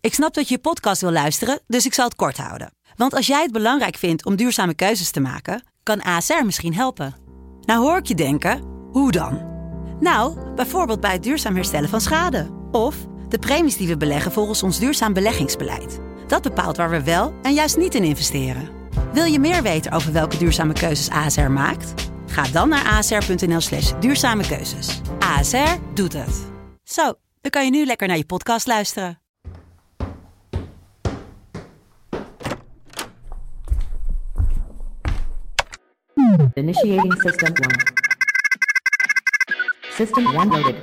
Ik snap dat je podcast wil luisteren, dus ik zal het kort houden. Want als jij het belangrijk vindt om duurzame keuzes te maken, kan ASR misschien helpen. Nou hoor ik je denken, hoe dan? Nou, bijvoorbeeld bij het duurzaam herstellen van schade. Of de premies die we beleggen volgens ons duurzaam beleggingsbeleid. Dat bepaalt waar we wel en juist niet in investeren. Wil je meer weten over welke duurzame keuzes ASR maakt? Ga dan naar asr.nl/duurzame keuzes. ASR doet het. Zo, dan kan je nu lekker naar je podcast luisteren. Initiating System 1. System 1 loaded.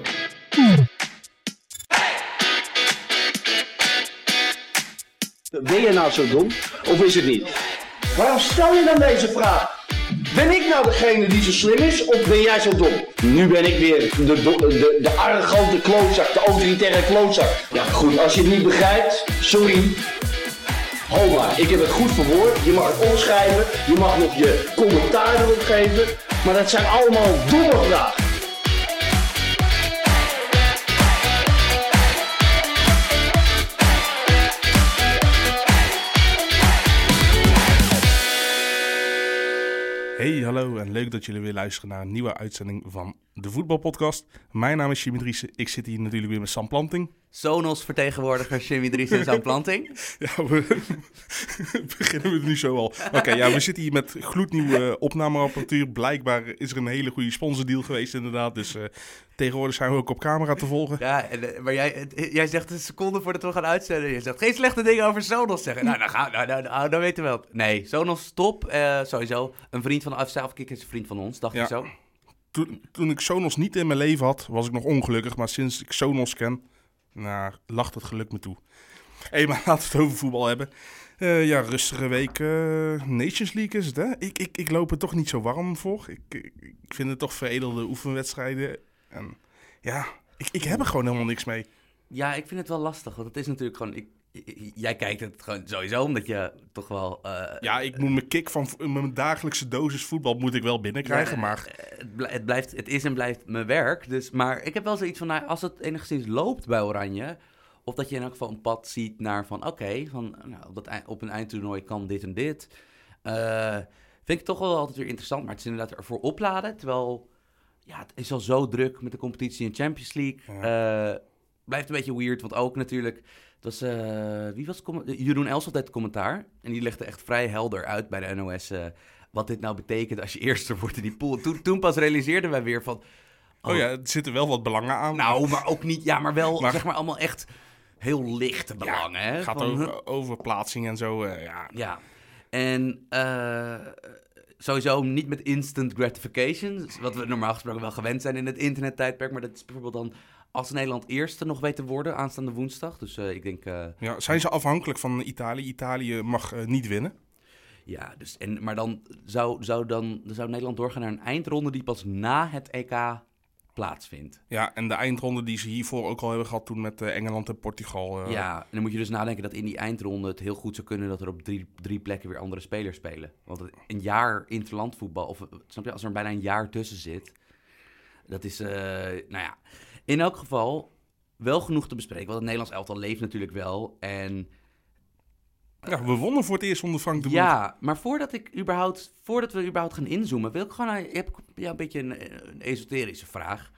Ben je nou zo dom of is het niet? Waarom stel je dan deze vraag? Ben ik nou degene die zo slim is of ben jij zo dom? Nu ben ik weer de arrogante klootzak, de autoritaire klootzak. Ja goed, als je het niet begrijpt, sorry. Ho maar, ik heb het goed verwoord. Je mag het opschrijven, je mag nog je commentaar erop geven. Maar dat zijn allemaal domme vragen. Hey, hallo en leuk dat jullie weer luisteren naar een nieuwe uitzending van de Voetbalpodcast. Mijn naam is Jimmy Driessen, ik zit hier natuurlijk weer met Sam Planting. Sonos vertegenwoordiger Jimmy Driessen en Sam Planting. Ja, we beginnen we nu zo al. Oké, ja, we zitten hier met gloednieuwe opnameapparatuur. Blijkbaar is er een hele goede sponsordeal geweest inderdaad, dus tegenwoordig zijn we ook op camera te volgen. Ja, maar jij zegt een seconde voordat we gaan uitzenden. Je zegt geen slechte dingen over Sonos zeggen. Nou, dan weten we wel. Nee, Sonos top, sowieso. Een vriend van de Afzaafkick is een vriend van ons, dacht je zo? Toen ik Sonos niet in mijn leven had, was ik nog ongelukkig. Maar sinds ik Sonos ken, lacht het geluk me toe. Hey, maar laten we het over voetbal hebben. Rustige week. Nations League is het, hè? Ik loop er toch niet zo warm voor. Ik vind het toch veredelde oefenwedstrijden. En ja, ik heb er gewoon helemaal niks mee. Ja, ik vind het wel lastig. Want het is natuurlijk gewoon... Jij kijkt het gewoon sowieso, omdat je toch wel... Ja, ik moet mijn kick van mijn dagelijkse dosis voetbal moet ik wel binnenkrijgen, maar... Het is en blijft mijn werk. Dus, maar ik heb wel zoiets van, als het enigszins loopt bij Oranje... Of dat je in elk geval een pad ziet naar van... op een eindtoernooi kan dit en dit. Vind ik toch wel altijd weer interessant. Maar het is inderdaad ervoor opladen. Terwijl, ja, het is al zo druk met de competitie in Champions League. Ja. Blijft een beetje weird, want ook natuurlijk... Het was, wie was Jeroen Elshoff deed het commentaar. En die legde echt vrij helder uit bij de NOS... wat dit nou betekent als je eerste wordt in die pool. Toen pas realiseerden wij weer van... Oh ja, er zitten wel wat belangen aan. Nou, maar ook niet... Ja, maar wel, zeg maar, allemaal echt heel lichte belangen. Ja, hè? Het gaat over plaatsing en zo, Ja, en sowieso niet met instant gratification. Wat we normaal gesproken wel gewend zijn in het internettijdperk. Maar dat is bijvoorbeeld dan... Als Nederland eerste nog weet te worden aanstaande woensdag. Dus ik denk... zijn ze afhankelijk van Italië? Italië mag niet winnen. Ja, dus, maar dan zou Nederland doorgaan naar een eindronde die pas na het EK plaatsvindt. Ja, en de eindronde die ze hiervoor ook al hebben gehad toen met Engeland en Portugal. Ja, en dan moet je dus nadenken dat in die eindronde het heel goed zou kunnen dat er op drie plekken weer andere spelers spelen. Want een jaar interlandvoetbal, of snap je, als er bijna een jaar tussen zit, dat is, in elk geval wel genoeg te bespreken. Want het Nederlands elftal leeft natuurlijk wel en... Ja, we wonnen voor het eerst onder Frank de Boer. Ja, maar voordat we überhaupt gaan inzoomen, wil ik gewoon een beetje een esoterische vraag.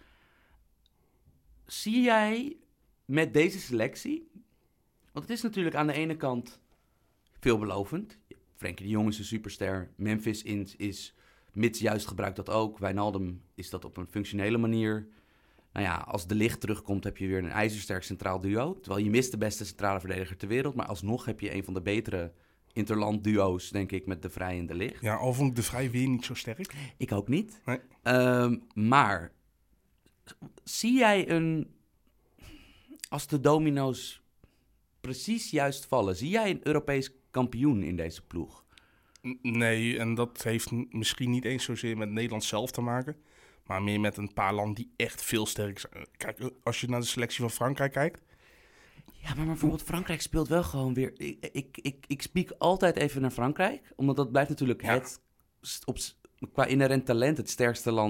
Zie jij met deze selectie, want het is natuurlijk aan de ene kant veelbelovend. Frenkie de Jong is een superster, Memphis is, mits juist gebruikt dat ook. Wijnaldum is dat op een functionele manier. Nou ja, als De Ligt terugkomt heb je weer een ijzersterk centraal duo. Terwijl je mist de beste centrale verdediger ter wereld. Maar alsnog heb je een van de betere interland duo's, denk ik, met De Vrij en De Ligt. Ja, al vond ik De Vrij weer niet zo sterk. Ik ook niet. Nee. Maar zie jij als de domino's precies juist vallen, zie jij een Europees kampioen in deze ploeg? Nee, en dat heeft misschien niet eens zozeer met Nederland zelf te maken. Maar meer met een paar landen die echt veel sterker zijn. Kijk, als je naar de selectie van Frankrijk kijkt. Ja, maar bijvoorbeeld Frankrijk speelt wel gewoon weer... Ik speak altijd even naar Frankrijk. Omdat dat blijft natuurlijk qua inherent talent het sterkste land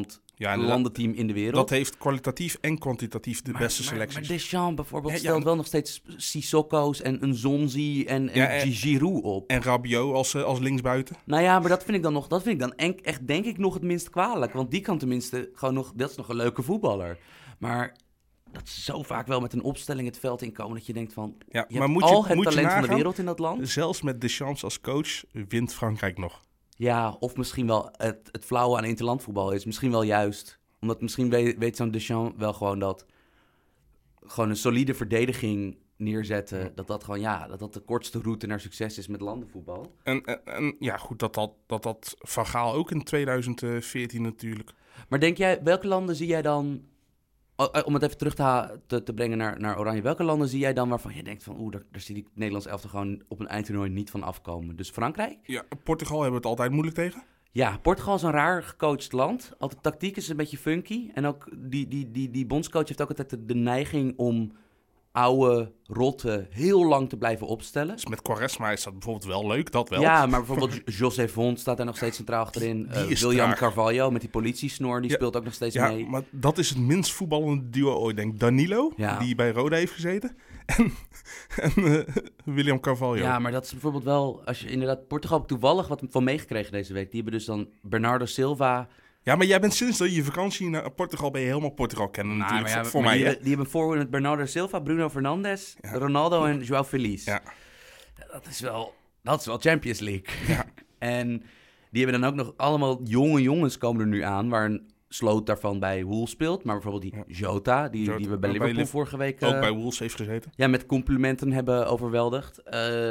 Ja, landenteam in de wereld. Dat heeft kwalitatief en kwantitatief de beste selecties. Maar Deschamps bijvoorbeeld Ja, stelt wel nog steeds Sissoko's en een Zonzi en Giroud op. En Rabiot als linksbuiten. Nou ja, maar dat vind ik dan echt denk ik nog het minst kwalijk. Want die kan tenminste gewoon nog, dat is nog een leuke voetballer. Maar dat is zo vaak wel met een opstelling het veld inkomen dat je denkt van, Ja, je maar hebt moet je al het talent van nagaan, de wereld in dat land. Zelfs met Deschamps als coach wint Frankrijk nog. Ja, of misschien wel het flauwe aan interlandvoetbal is misschien wel juist. Omdat misschien weet zo'n Deschamps wel gewoon dat gewoon een solide verdediging neerzetten. Dat gewoon, dat de kortste route naar succes is met landenvoetbal. En ja, goed, dat Van Gaal ook in 2014 natuurlijk. Maar denk jij, welke landen zie jij dan, om het even terug te brengen naar Oranje, welke landen zie jij dan waarvan je denkt van, daar zie ik Nederlands elftal gewoon op een eindtoernooi niet van afkomen? Dus Frankrijk? Ja, Portugal hebben we het altijd moeilijk tegen. Ja, Portugal is een raar gecoacht land. Altijd tactiek is een beetje funky. En ook die bondscoach heeft ook altijd de neiging om oude rotten heel lang te blijven opstellen. Dus met Quaresma is dat bijvoorbeeld wel leuk, dat wel. Ja, maar bijvoorbeeld José Font staat daar nog steeds centraal achterin. Die is William traag. Carvalho met die politiesnor, die speelt ook nog steeds Ja, mee. maar dat is het minst voetballende duo ooit, denk ik. Danilo, die bij Roda heeft gezeten. En William Carvalho. Ja, maar dat is bijvoorbeeld wel, als je inderdaad Portugal heb ik toevallig wat van meegekregen deze week. Die hebben dus dan Bernardo Silva. Ja, maar jij bent sinds dat je vakantie naar Portugal ben je helemaal Portugal kennen natuurlijk. Maar voor mij, die hebben voorwoord met Bernardo Silva, Bruno Fernandes, Ronaldo en João Feliz. Ja. Dat is wel Champions League. Ja. En die hebben dan ook nog allemaal jonge jongens komen er nu aan, waar een Sloot daarvan bij Wolves speelt. Maar bijvoorbeeld die Jota, die we bij Liverpool vorige week ook bij Wolves heeft gezeten. Ja, met complimenten hebben overweldigd.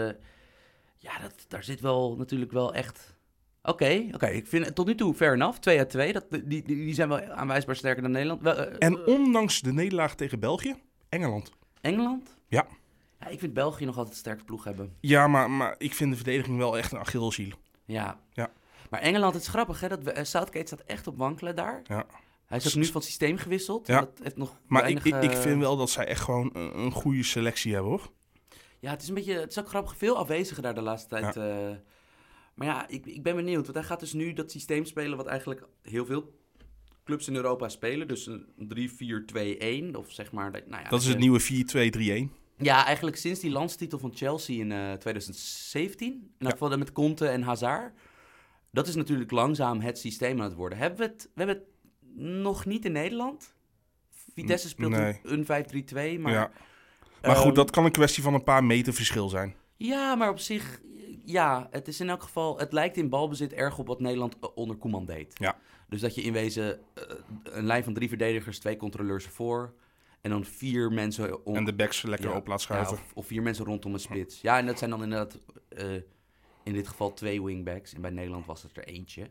Daar zit wel natuurlijk wel echt. Oké. Ik vind het tot nu toe fair enough. 2-2. Die zijn wel aanwijsbaar sterker dan Nederland. En ondanks de nederlaag tegen België, Engeland. Engeland? Ja. Ja, ik vind België nog altijd een sterke ploeg hebben. Ja, maar ik vind de verdediging wel echt een Achilleshiel. Ja. Ja. Maar Engeland, het is grappig, hè? Southgate staat echt op wankelen daar. Ja. Hij is ook nu van systeem gewisseld. Ja. Dat heeft nog maar weinig, ik vind wel dat zij echt gewoon een goede selectie hebben, hoor. Ja, het is ook grappig. Veel afwezigen daar de laatste tijd. Ja. Maar ja, ik ben benieuwd. Want hij gaat dus nu dat systeem spelen wat eigenlijk heel veel clubs in Europa spelen. Dus een 3-4-2-1 of zeg maar. Dat is het nieuwe 4-2-3-1. Ja, eigenlijk sinds die landstitel van Chelsea in 2017. In ieder geval met Conte en Hazard. Dat is natuurlijk langzaam het systeem aan het worden. We hebben het nog niet in Nederland. Vitesse speelt een 5-3-2, maar... Ja. Maar goed, dat kan een kwestie van een paar meter verschil zijn. Ja, maar op zich... Ja, het is in elk geval... Het lijkt in balbezit erg op wat Nederland onder Koeman deed. Ja. Dus dat je in wezen een lijn van 3 verdedigers, 2 controleurs voor... En dan 4 mensen... En de backs lekker op laat schuiven. Ja, of 4 mensen rondom een spits. Ja, en dat zijn dan inderdaad... in dit geval 2 wingbacks. En bij Nederland was het er eentje.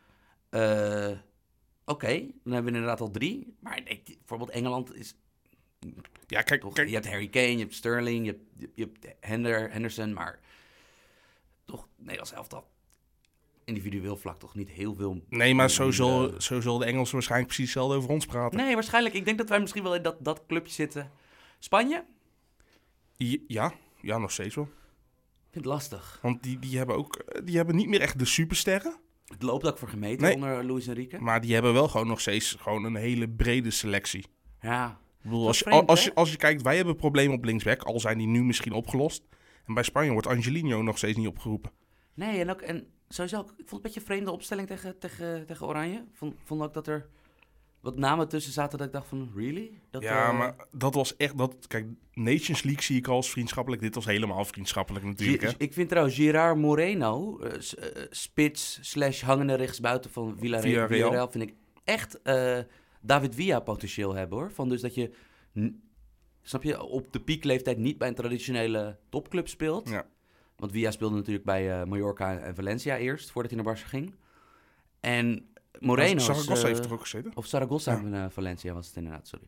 Oké, dan hebben we inderdaad al 3. Maar bijvoorbeeld Engeland is... Ja, kijk. Je hebt Harry Kane, je hebt Sterling, je hebt Henderson, maar toch Nederlands elftal individueel vlak toch niet heel veel... Nee, maar zo zullen de Engelsen waarschijnlijk precies hetzelfde over ons praten. Nee, waarschijnlijk. Ik denk dat wij misschien wel in dat clubje zitten. Spanje? Ja, nog steeds wel. Ik vind het lastig. Want die hebben niet meer echt de supersterren. Het loopt ook voor gemeten onder Luis Enrique. Maar die hebben wel gewoon nog steeds gewoon een hele brede selectie. Ja. Ik bedoel, als je kijkt, wij hebben problemen op linksback, al zijn die nu misschien opgelost. En bij Spanje wordt Angelino nog steeds niet opgeroepen. Nee, en sowieso, ik vond het een beetje een vreemde opstelling tegen Oranje. Vond ook dat er wat namen tussen zaten dat ik dacht van, really? Maar dat was echt... Kijk, Nations League zie ik als vriendschappelijk. Dit was helemaal vriendschappelijk natuurlijk. Hè? Ik vind trouwens Gerard Moreno, spits / hangende rechtsbuiten van Villarreal, vind ik echt David Villa potentieel hebben, hoor. Van dus dat je, snap je, op de piekleeftijd niet bij een traditionele topclub speelt. Ja. Want Villa speelde natuurlijk bij Mallorca en Valencia eerst, voordat hij naar Barça ging. En Moreno... Zaragoza heeft toch ook gezeten? Of Zaragoza en Valencia was het inderdaad, sorry.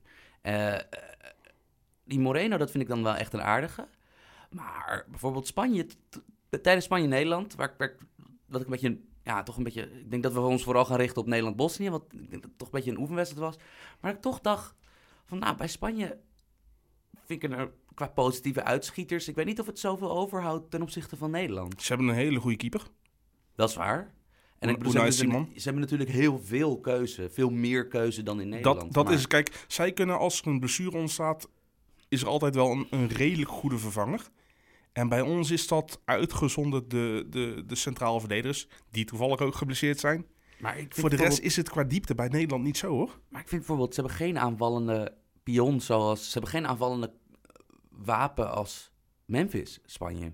Die Moreno, dat vind ik dan wel echt een aardige. Maar bijvoorbeeld Spanje, tijdens Spanje-Nederland, wat ik een beetje... Ja, toch een beetje... Ik denk dat we ons vooral gaan richten op Nederland-Bosnië, want ik denk dat het toch een beetje een oefenwedstrijd was. Maar ik toch dacht van, bij Spanje vind ik er qua positieve uitschieters... Ik weet niet of het zoveel overhoudt ten opzichte van Nederland. Ze hebben een hele goede keeper. Dat is waar. En ik bedoel, Unai ze Simon. hebben natuurlijk heel veel keuze. Veel meer keuze dan in Nederland. Dat maar- is, kijk, zij kunnen als er een blessure ontstaat, is er altijd wel een redelijk goede vervanger. En bij ons is dat uitgezonderd de centrale verdedigers, die toevallig ook geblesseerd zijn. Maar ik vind Voor de rest bijvoorbeeld- is het qua diepte bij Nederland niet zo, hoor. Maar ik vind bijvoorbeeld, ze hebben geen aanvallende pion zoals... Ze hebben geen aanvallende wapen als Memphis, Spanje.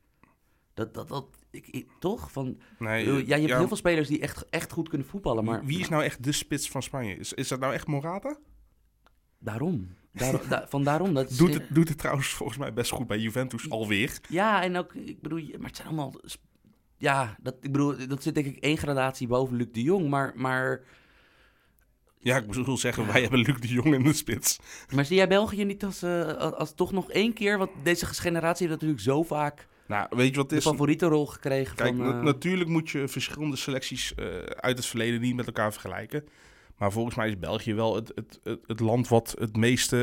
Toch? Nee, je hebt ja, heel veel spelers die echt goed kunnen voetballen, maar... Wie is nou echt de spits van Spanje? Is dat nou echt Morata? Daarom. Daarom. Dat is, Doet het trouwens volgens mij best goed bij Juventus alweer. Ja, en ook, ik bedoel, maar het zijn allemaal... Ja, dat zit denk ik 1 gradatie boven Luc de Jong, maar Ja, ik bedoel zeggen, wij hebben Luc de Jong in de spits. Maar zie jij België niet als toch nog 1 keer... Want deze generatie heeft natuurlijk zo vaak Nou, weet je wat het de is? favorietenrol gekregen. Kijk, van, natuurlijk moet je verschillende selecties uit het verleden niet met elkaar vergelijken. Maar volgens mij is België wel het land wat het meeste...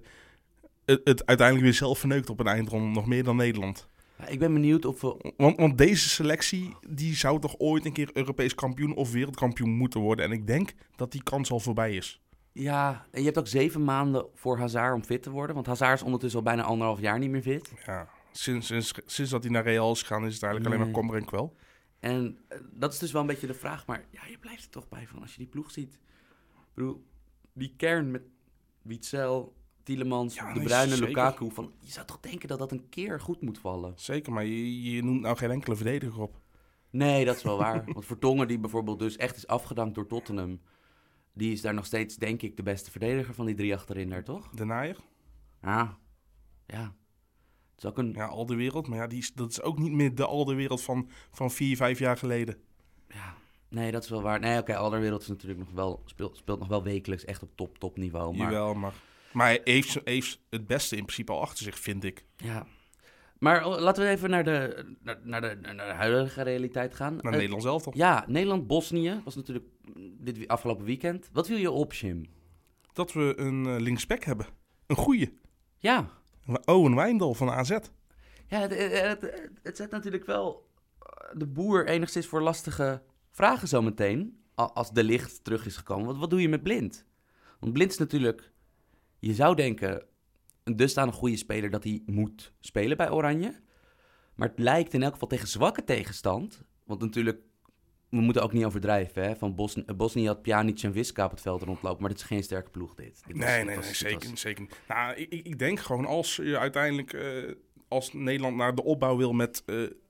Het uiteindelijk weer zelf verneukt op een eindronde, nog meer dan Nederland. Ja, ik ben benieuwd of we... Want deze selectie, die zou toch ooit een keer Europees kampioen of wereldkampioen moeten worden. En ik denk dat die kans al voorbij is. Ja, en je hebt ook 7 maanden voor Hazard om fit te worden. Want Hazard is ondertussen al bijna 1,5 jaar niet meer fit. Ja, sinds dat hij naar Real is gegaan, is het eigenlijk alleen maar kommer en kwel. En dat is dus wel een beetje de vraag. Maar ja, je blijft er toch bij van als je die ploeg ziet. Ik bedoel, die kern met Witsel, Tielemans, Ja, De nee, Bruyne, zeker. Lukaku. Je zou toch denken dat dat een keer goed moet vallen? Zeker, maar je noemt nou geen enkele verdediger op. Nee, dat is wel waar. Want Vertongen, die bijvoorbeeld dus echt is afgedankt door Tottenham... die is daar nog steeds, denk ik, de beste verdediger van die 3 achterin daar, toch? De Naaier, Ja. Het is ook een... ja, Alderwereld. Maar ja, dat is ook niet meer de Alderwereld van 4-5 jaar geleden. Ja. Nee, dat is wel waar. Nee, oké, Alderwereld is natuurlijk nog wel... Speelt nog wel wekelijks echt op top niveau. Maar, Jawel, maar hij heeft het beste in principe al achter zich, vind ik. ja. Maar laten we even naar de huidige realiteit gaan. Naar Nederland zelf toch? Ja, Nederland-Bosnië was natuurlijk dit afgelopen weekend. Wat viel je op, Jim? Dat we een linksback hebben. Een goeie. Ja. Owen Wijndal van AZ. Ja, het zet natuurlijk wel de Boer enigszins voor lastige vragen zometeen. Als De Ligt terug is gekomen. Wat doe je met Blind? Want Blind is natuurlijk, je zou denken, een dusdanig goede speler dat hij moet spelen bij Oranje. Maar het lijkt in elk geval tegen zwakke tegenstand. Want natuurlijk, we moeten ook niet overdrijven. Hè? Van Bosnië had Pjanic en Viska op het veld rondlopen. Maar dit is geen sterke ploeg, dit. Nee, zeker. Nou, ik denk gewoon als je uiteindelijk als Nederland naar de opbouw wil met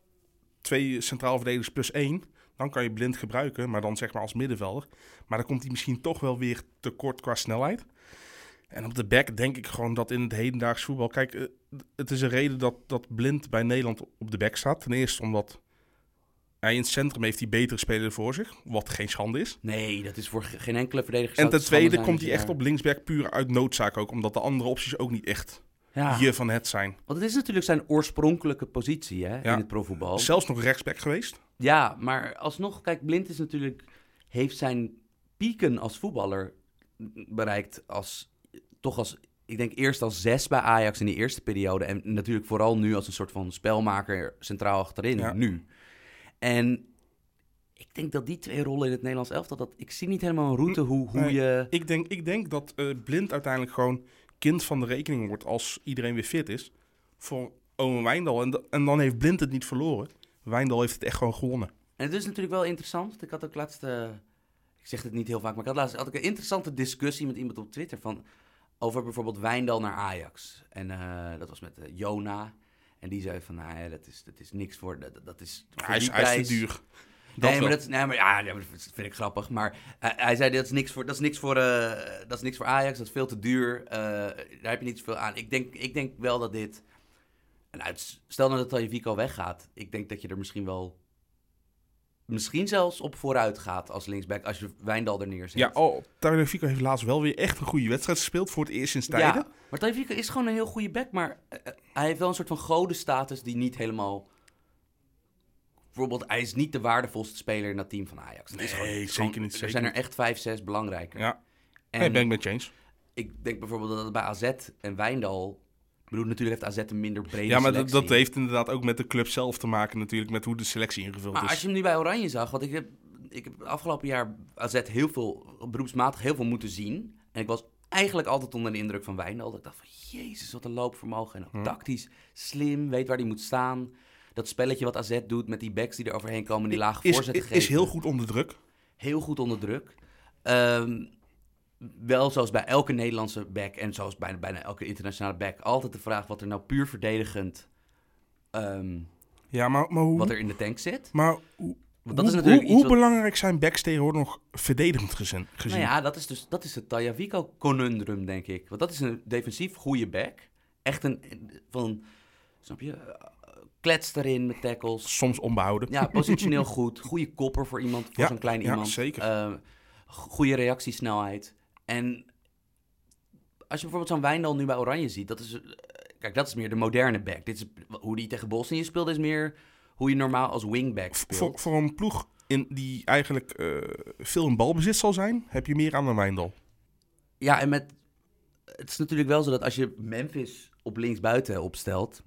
2 centraal verdedigers plus 1... dan kan je Blind gebruiken, maar dan zeg maar als middenvelder. Maar dan komt hij misschien toch wel weer tekort qua snelheid. En op de back denk ik gewoon dat in het hedendaags voetbal... Kijk, het is een reden dat Blind bij Nederland op de back staat. Ten eerste omdat hij in het centrum heeft die betere speler voor zich. Wat geen schande is. Nee, dat is voor geen enkele verdediger. En zou ten het schande tweede zijn komt als hij je echt op linksback puur uit noodzaak ook. Omdat de andere opties ook niet echt hier van het zijn. Want het is natuurlijk zijn oorspronkelijke positie hè, Ja. in het profvoetbal. Zelfs nog rechtsback geweest. Ja, maar alsnog, kijk, Blind is natuurlijk, heeft zijn pieken als voetballer bereikt ik denk eerst als 6 bij Ajax in die eerste periode. En natuurlijk vooral nu als een soort van spelmaker centraal achterin, Ja. nu. En ik denk dat die 2 rollen in het Nederlands elftal, ik zie niet helemaal een route hoe Nee, je... Ik denk dat Blind uiteindelijk gewoon kind van de rekening wordt als iedereen weer fit is. Voor Owen Wijndal. En dan heeft Blind het niet verloren. Wijndal heeft het echt gewoon gewonnen. En het is natuurlijk wel interessant, want ik had ook laatst... ik zeg het niet heel vaak, maar ik had een interessante discussie met iemand op Twitter over bijvoorbeeld Wijndal naar Ajax. En dat was met Jona. En die zei van, nou ja, dat is niks voor... Dat is voor Hij is die prijs. te duur. Nee, wel. maar dat vind ik grappig. Maar hij zei, dat is niks voor Ajax, dat is veel te duur. Daar heb je niet zoveel aan. Ik denk wel dat dit... Stel nou dat Tagliafico weggaat. Ik denk dat je er misschien zelfs op vooruit gaat als linksback, als je Wijndal er neerzet. Ja, Tagliafico heeft laatst wel weer echt een goede wedstrijd gespeeld. Voor het eerst sinds tijden. Ja, maar Tagliafico is gewoon een heel goede back. Maar hij heeft wel een soort van godenstatus die niet helemaal... Bijvoorbeeld, hij is niet de waardevolste speler in dat team van Ajax. Het is Nee, zeker niet. Er zijn er echt 5, 6 belangrijker. Ja, En nee, ben ik met je eens. ik denk bijvoorbeeld dat het bij AZ en Wijndal... Ik bedoel, natuurlijk heeft AZ een minder brede Ja, maar selectie. dat heeft inderdaad ook met de club zelf te maken natuurlijk. Met hoe de selectie ingevuld Maar is. als je hem nu bij Oranje zag... Want ik heb het afgelopen jaar AZ beroepsmatig heel veel moeten zien. En ik was eigenlijk altijd onder de indruk van Wijndal. Ik dacht van, jezus, wat een loopvermogen. En ook tactisch slim, weet waar hij moet staan. Dat spelletje wat AZ doet met die backs die er overheen komen, die lage voorzetten geven. Is heel goed onder druk. Heel goed onder druk. Wel zoals bij elke Nederlandse back en zoals bijna elke internationale back, altijd de vraag wat er nou puur verdedigend, Maar hoe... wat er in de tank zit. Maar hoe belangrijk zijn backs tegenwoordig nog verdedigend gezien? Nou ja, dat is het Tagliafico conundrum, denk ik. Want dat is een defensief goede back. Echt snap je, klets erin met tackles. Soms onbehouden. Ja, positioneel goed. Goede kopper voor zo'n klein iemand. Ja, zeker. Goede reactiesnelheid. En als je bijvoorbeeld zo'n Wijndal nu bij Oranje ziet, dat is meer de moderne back. Dit is hoe die tegen Bosnië speelt, is meer hoe je normaal als wingback speelt. Voor een ploeg die eigenlijk veel in balbezit zal zijn, heb je meer aan een Wijndal. Ja, en het is natuurlijk wel zo dat als je Memphis op linksbuiten opstelt,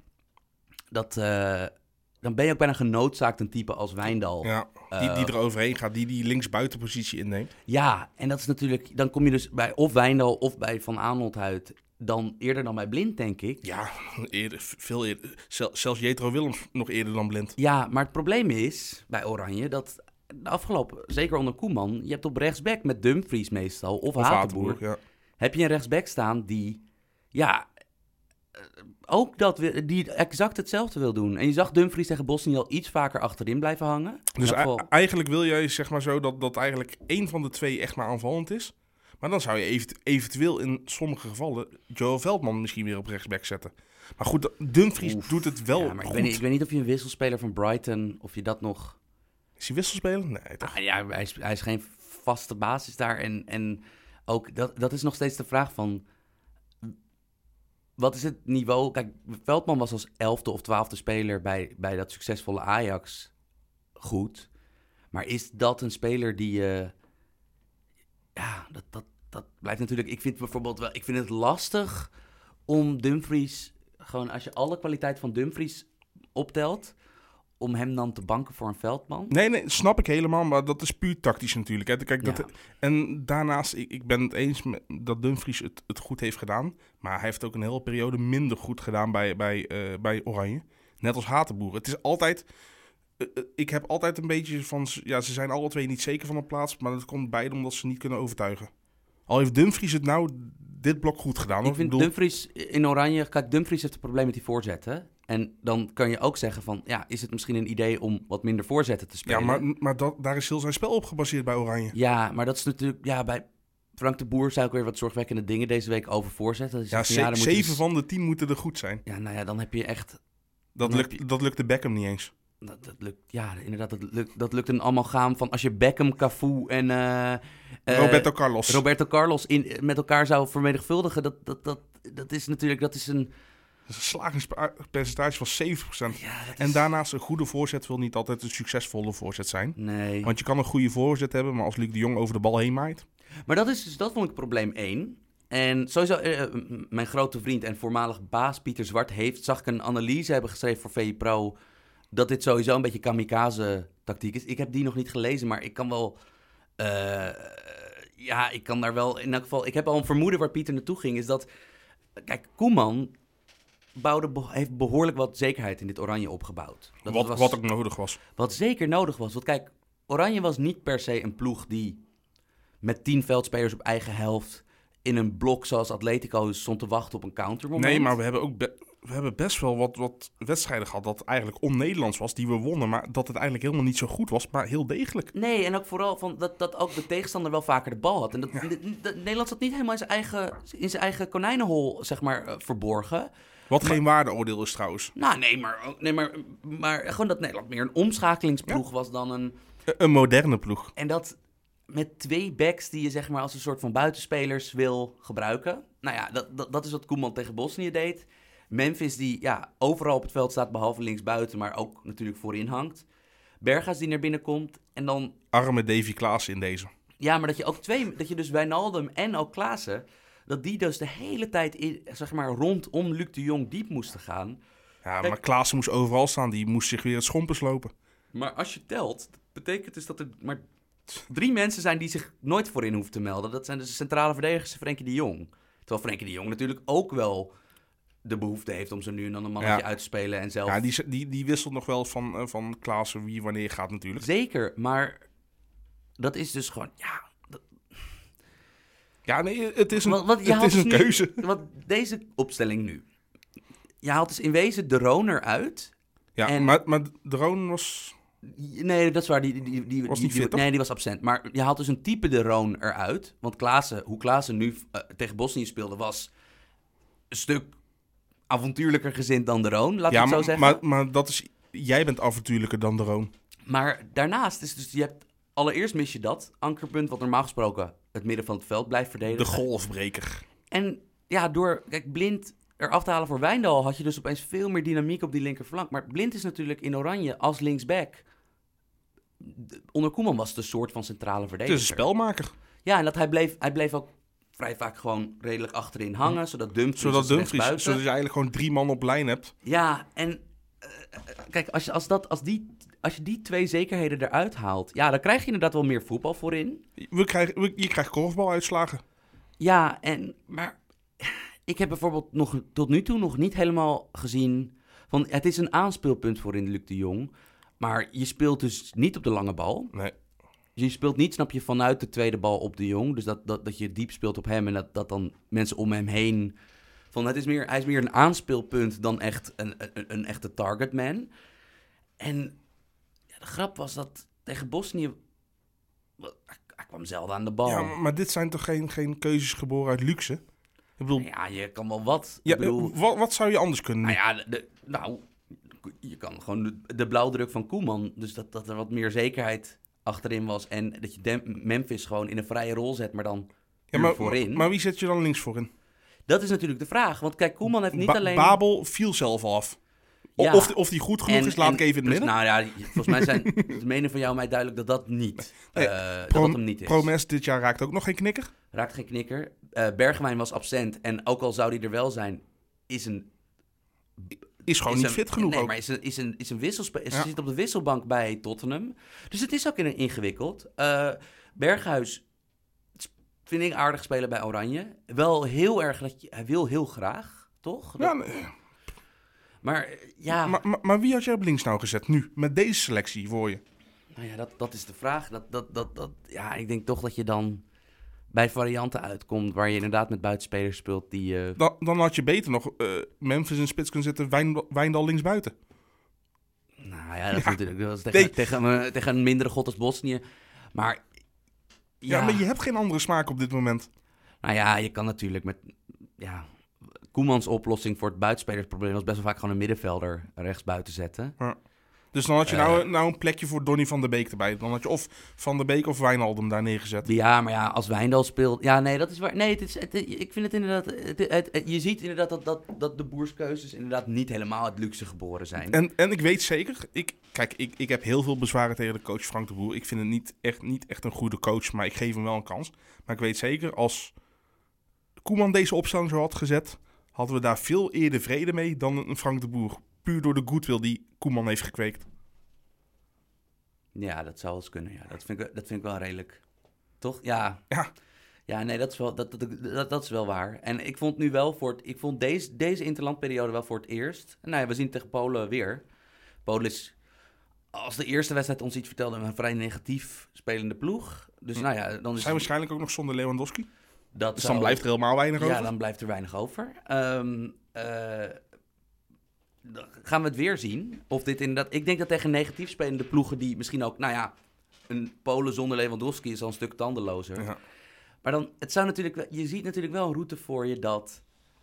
dan ben je ook bijna genoodzaakt een type als Wijndal. Ja, die er overheen gaat, die linksbuitenpositie inneemt. Ja, en dat is natuurlijk, dan kom je dus bij of Wijndal of bij Van Aanholt uit, dan eerder dan bij Blind, denk ik. Ja, veel eerder. Zelfs Jetro Willems nog eerder dan Blind. Ja, maar het probleem is bij Oranje dat de afgelopen, zeker onder Koeman, je hebt op rechtsback met Dumfries meestal of Hatenboer, ja. Heb je een rechtsback staan die, ook die exact hetzelfde wil doen. En je zag Dumfries tegen Bosnië al iets vaker achterin blijven hangen. Dus eigenlijk wil jij zeg maar zo dat eigenlijk één van de twee echt maar aanvallend is. Maar dan zou je eventueel in sommige gevallen Joel Veldman misschien weer op rechtsback zetten. Maar goed, Dumfries doet het wel maar goed. Ik weet niet of je een wisselspeler van Brighton, of je dat nog... Is hij wisselspeler? Nee, toch? Ja, hij is geen vaste basis daar. En ook, dat is nog steeds de vraag van, wat is het niveau? Kijk, Veldman was als 11e of 12e speler bij dat succesvolle Ajax goed. Maar is dat een speler die... dat blijft natuurlijk... Ik vind het lastig om Dumfries... Gewoon als je alle kwaliteit van Dumfries optelt, om hem dan te banken voor een Veldman. Nee, snap ik helemaal, maar dat is puur tactisch natuurlijk. Hè. Kijk, en daarnaast, ik ben het eens met dat Dumfries het goed heeft gedaan, maar hij heeft ook een hele periode minder goed gedaan bij Oranje. Net als Hatenboer. Het is altijd... Ik heb altijd een beetje van... Ja, ze zijn alle twee niet zeker van een plaats, maar dat komt beide omdat ze niet kunnen overtuigen. Al heeft Dumfries het nou dit blok goed gedaan. Ik vind Dumfries in Oranje... Kijk, Dumfries heeft een probleem met die voorzetten. En dan kan je ook zeggen van... Ja, is het misschien een idee om wat minder voorzetten te spelen? Ja, maar daar is heel zijn spel op gebaseerd bij Oranje. Ja, maar dat is natuurlijk... Ja, bij Frank de Boer zei ook weer wat zorgwekkende dingen deze week over voorzetten. Dus 7 van de 10 moeten er goed zijn. Ja, nou ja, dan heb je echt... Dat lukt de Beckham niet eens. Dat lukt, ja, inderdaad, dat lukt een amalgaam van als je Beckham, Cafu en Roberto Carlos met elkaar zou vermenigvuldigen. Dat is natuurlijk, dat is een slagingspercentage van 7%. Ja, en daarnaast een goede voorzet wil niet altijd een succesvolle voorzet zijn. Nee. Want je kan een goede voorzet hebben, maar als Luc de Jong over de bal heen maait. Maar dat vond ik probleem 1. En sowieso, mijn grote vriend en voormalig baas Pieter Zwart zag ik een analyse hebben geschreven voor VI Pro, dat dit sowieso een beetje kamikaze-tactiek is. Ik heb die nog niet gelezen, maar ik kan wel... ik kan daar wel... In elk geval, ik heb al een vermoeden waar Pieter naartoe ging, is dat... Kijk, Koeman heeft behoorlijk wat zekerheid in dit Oranje opgebouwd. Wat ook nodig was. Wat zeker nodig was. Want kijk, Oranje was niet per se een ploeg die met 10 veldspelers op eigen helft in een blok zoals Atletico stond te wachten op een countermoment. Nee, maar we hebben ook... We hebben best wel wat wedstrijden gehad dat eigenlijk on-Nederlands was, die we wonnen. Maar dat het eigenlijk helemaal niet zo goed was, maar heel degelijk. Nee, en ook vooral van dat ook de tegenstander wel vaker de bal had. En Nederland zat niet helemaal in zijn eigen konijnenhol, zeg maar, verborgen. Wat geen waardeoordeel is trouwens. Nou, maar gewoon dat Nederland meer een omschakelingsploeg was dan een moderne ploeg. En dat met 2 backs die je zeg maar als een soort van buitenspelers wil gebruiken. Nou ja, dat is wat Koeman tegen Bosnië deed. Memphis die overal op het veld staat, behalve linksbuiten, maar ook natuurlijk voorin hangt. Berghuis die naar binnen komt en dan... Arme Davy Klaassen in deze. Ja, maar dat je dus Wijnaldum en ook Klaassen, dat die dus de hele tijd zeg maar rondom Luc de Jong diep moesten gaan. Ja, kijk, maar Klaassen moest overal staan, die moest zich weer het schompers lopen. Maar als je telt, betekent dus dat er maar 3 mensen zijn die zich nooit voorin hoeven te melden. Dat zijn de centrale verdedigers Frenkie de Jong. Terwijl Frenkie de Jong natuurlijk ook wel de behoefte heeft om zo nu en dan een mannetje uit te spelen en zelf... Ja, die wisselt nog wel van Klaassen wie wanneer gaat natuurlijk. Zeker, maar dat is dus gewoon... Ja, nee, het is een, het is een keuze. Want deze opstelling nu... Je haalt dus in wezen de Roon eruit. Ja, en... maar de Roon was... Nee, dat is waar. Die was niet fit, toch? Nee, die was absent. Maar je haalt dus een type de Roon eruit. Want hoe Klaassen nu tegen Bosnië speelde... was een stuk avontuurlijker gezind dan de Roon. Laat ik het zo zeggen. Maar dat is... Jij bent avontuurlijker dan de Roon. Maar daarnaast is dus... Je hebt, allereerst mis je dat ankerpunt... wat normaal gesproken het midden van het veld blijft verdedigen. De golfbreker. En ja, door Blind eraf te halen voor Wijndal... had je dus opeens veel meer dynamiek op die linkerflank. Maar Blind is natuurlijk in oranje als linksback. Onder Koeman was het een soort van centrale verdediger. Het is een spelmaker. Ja, en dat hij bleef ook vrij vaak gewoon redelijk achterin hangen... zodat Dumfries zodat je eigenlijk gewoon 3 man op lijn hebt. Ja, en kijk, als je die 2 zekerheden eruit haalt... ja, dan krijg je inderdaad wel meer voetbal voorin. Je krijgt korfbaluitslagen. Ja, maar ik heb bijvoorbeeld tot nu toe nog niet helemaal gezien... van het is een aanspeelpunt voorin Luc de Jong... maar je speelt dus niet op de lange bal. Nee. Je speelt niet, snap je, vanuit de tweede bal op de Jong. Dus dat je diep speelt op hem en dat dan mensen om hem heen... Hij is meer een aanspeelpunt dan echt een echte targetman. En ja, de grap was dat tegen Bosnië... Hij kwam zelden aan de bal. Ja, maar dit zijn toch geen keuzes geboren uit luxe? Ik bedoel... Ja, je kan wel wat. Ja, ik bedoel, wat zou je anders kunnen? Nou ja, je kan gewoon de blauwdruk van Koeman. Dus dat er wat meer zekerheid achterin was. En dat je Memphis gewoon in een vrije rol zet, maar dan voorin. Maar wie zet je dan links voorin? Dat is natuurlijk de vraag. Want kijk, Koeman heeft niet alleen... Babel viel zelf af. Ja. Of die goed genoeg is, laat ik even in het midden. Nou ja, volgens mij zijn de mening van jou en mij duidelijk dat niet. Dat hem niet is. Promes dit jaar raakt ook nog geen knikker. Raakt geen knikker. Bergwijn was absent. En ook al zou die er wel zijn, is gewoon niet fit genoeg. Nee, ook. maar is een wisselspeler. Ze zit op de wisselbank bij Tottenham. Dus het is ook ingewikkeld. Berghuis vind ik aardig spelen bij Oranje. Wel heel erg hij wil heel graag, toch? Ja, nee. Maar ja... Maar wie had jij op links nou gezet nu? Met deze selectie voor je? Nou ja, dat is de vraag. Ja, ik denk toch dat je dan bij varianten uitkomt... waar je inderdaad met buitenspelers speelt die... Dan had je beter nog Memphis in spits kunnen zetten... Wijndal links buiten. Nou ja, dat is tegen een mindere god als Bosnië. Maar... Ja, maar je hebt geen andere smaak op dit moment. Nou ja, je kan natuurlijk met... Ja, Koemans oplossing voor het buitenspelersprobleem... was best wel vaak gewoon een middenvelder rechts buiten zetten. Ja. Dus dan had je nou een plekje voor Donny van der Beek erbij. Dan had je of Van der Beek of Wijnaldum daar neergezet. Ja, maar ja, als Wijndal speelt... Ja, nee, dat is waar. Nee, ik vind het inderdaad... je ziet inderdaad dat de boerskeuzes inderdaad niet helemaal uit luxe geboren zijn. En ik weet zeker... Ik heb heel veel bezwaren tegen de coach Frank de Boer. Ik vind het niet echt een goede coach, maar ik geef hem wel een kans. Maar ik weet zeker, als Koeman deze opstelling zo had gezet... hadden we daar veel eerder vrede mee dan een Frank de Boer. Puur door de goodwill die Koeman heeft gekweekt. Ja, dat zou eens kunnen. Ja. Dat vind ik wel redelijk. Toch? Ja. Ja. Ja, nee, dat is wel waar. En ik vond nu wel ik vond deze interlandperiode wel voor het eerst. Nou ja, we zien het tegen Polen weer. Polen is, als de eerste wedstrijd ons iets vertelde, een vrij negatief spelende ploeg. Dus nou ja, dan is zijn waarschijnlijk ook nog zonder Lewandowski. Dus dan blijft er helemaal weinig over. Ja, dan blijft er weinig over. Dan gaan we het weer zien. Of dit inderdaad... Ik denk dat tegen negatief spelende ploegen die misschien ook... Nou ja, een Polen zonder Lewandowski is al een stuk tandelozer. Ja. Maar dan... Het zou natuurlijk... Je ziet natuurlijk wel een route voor je dat...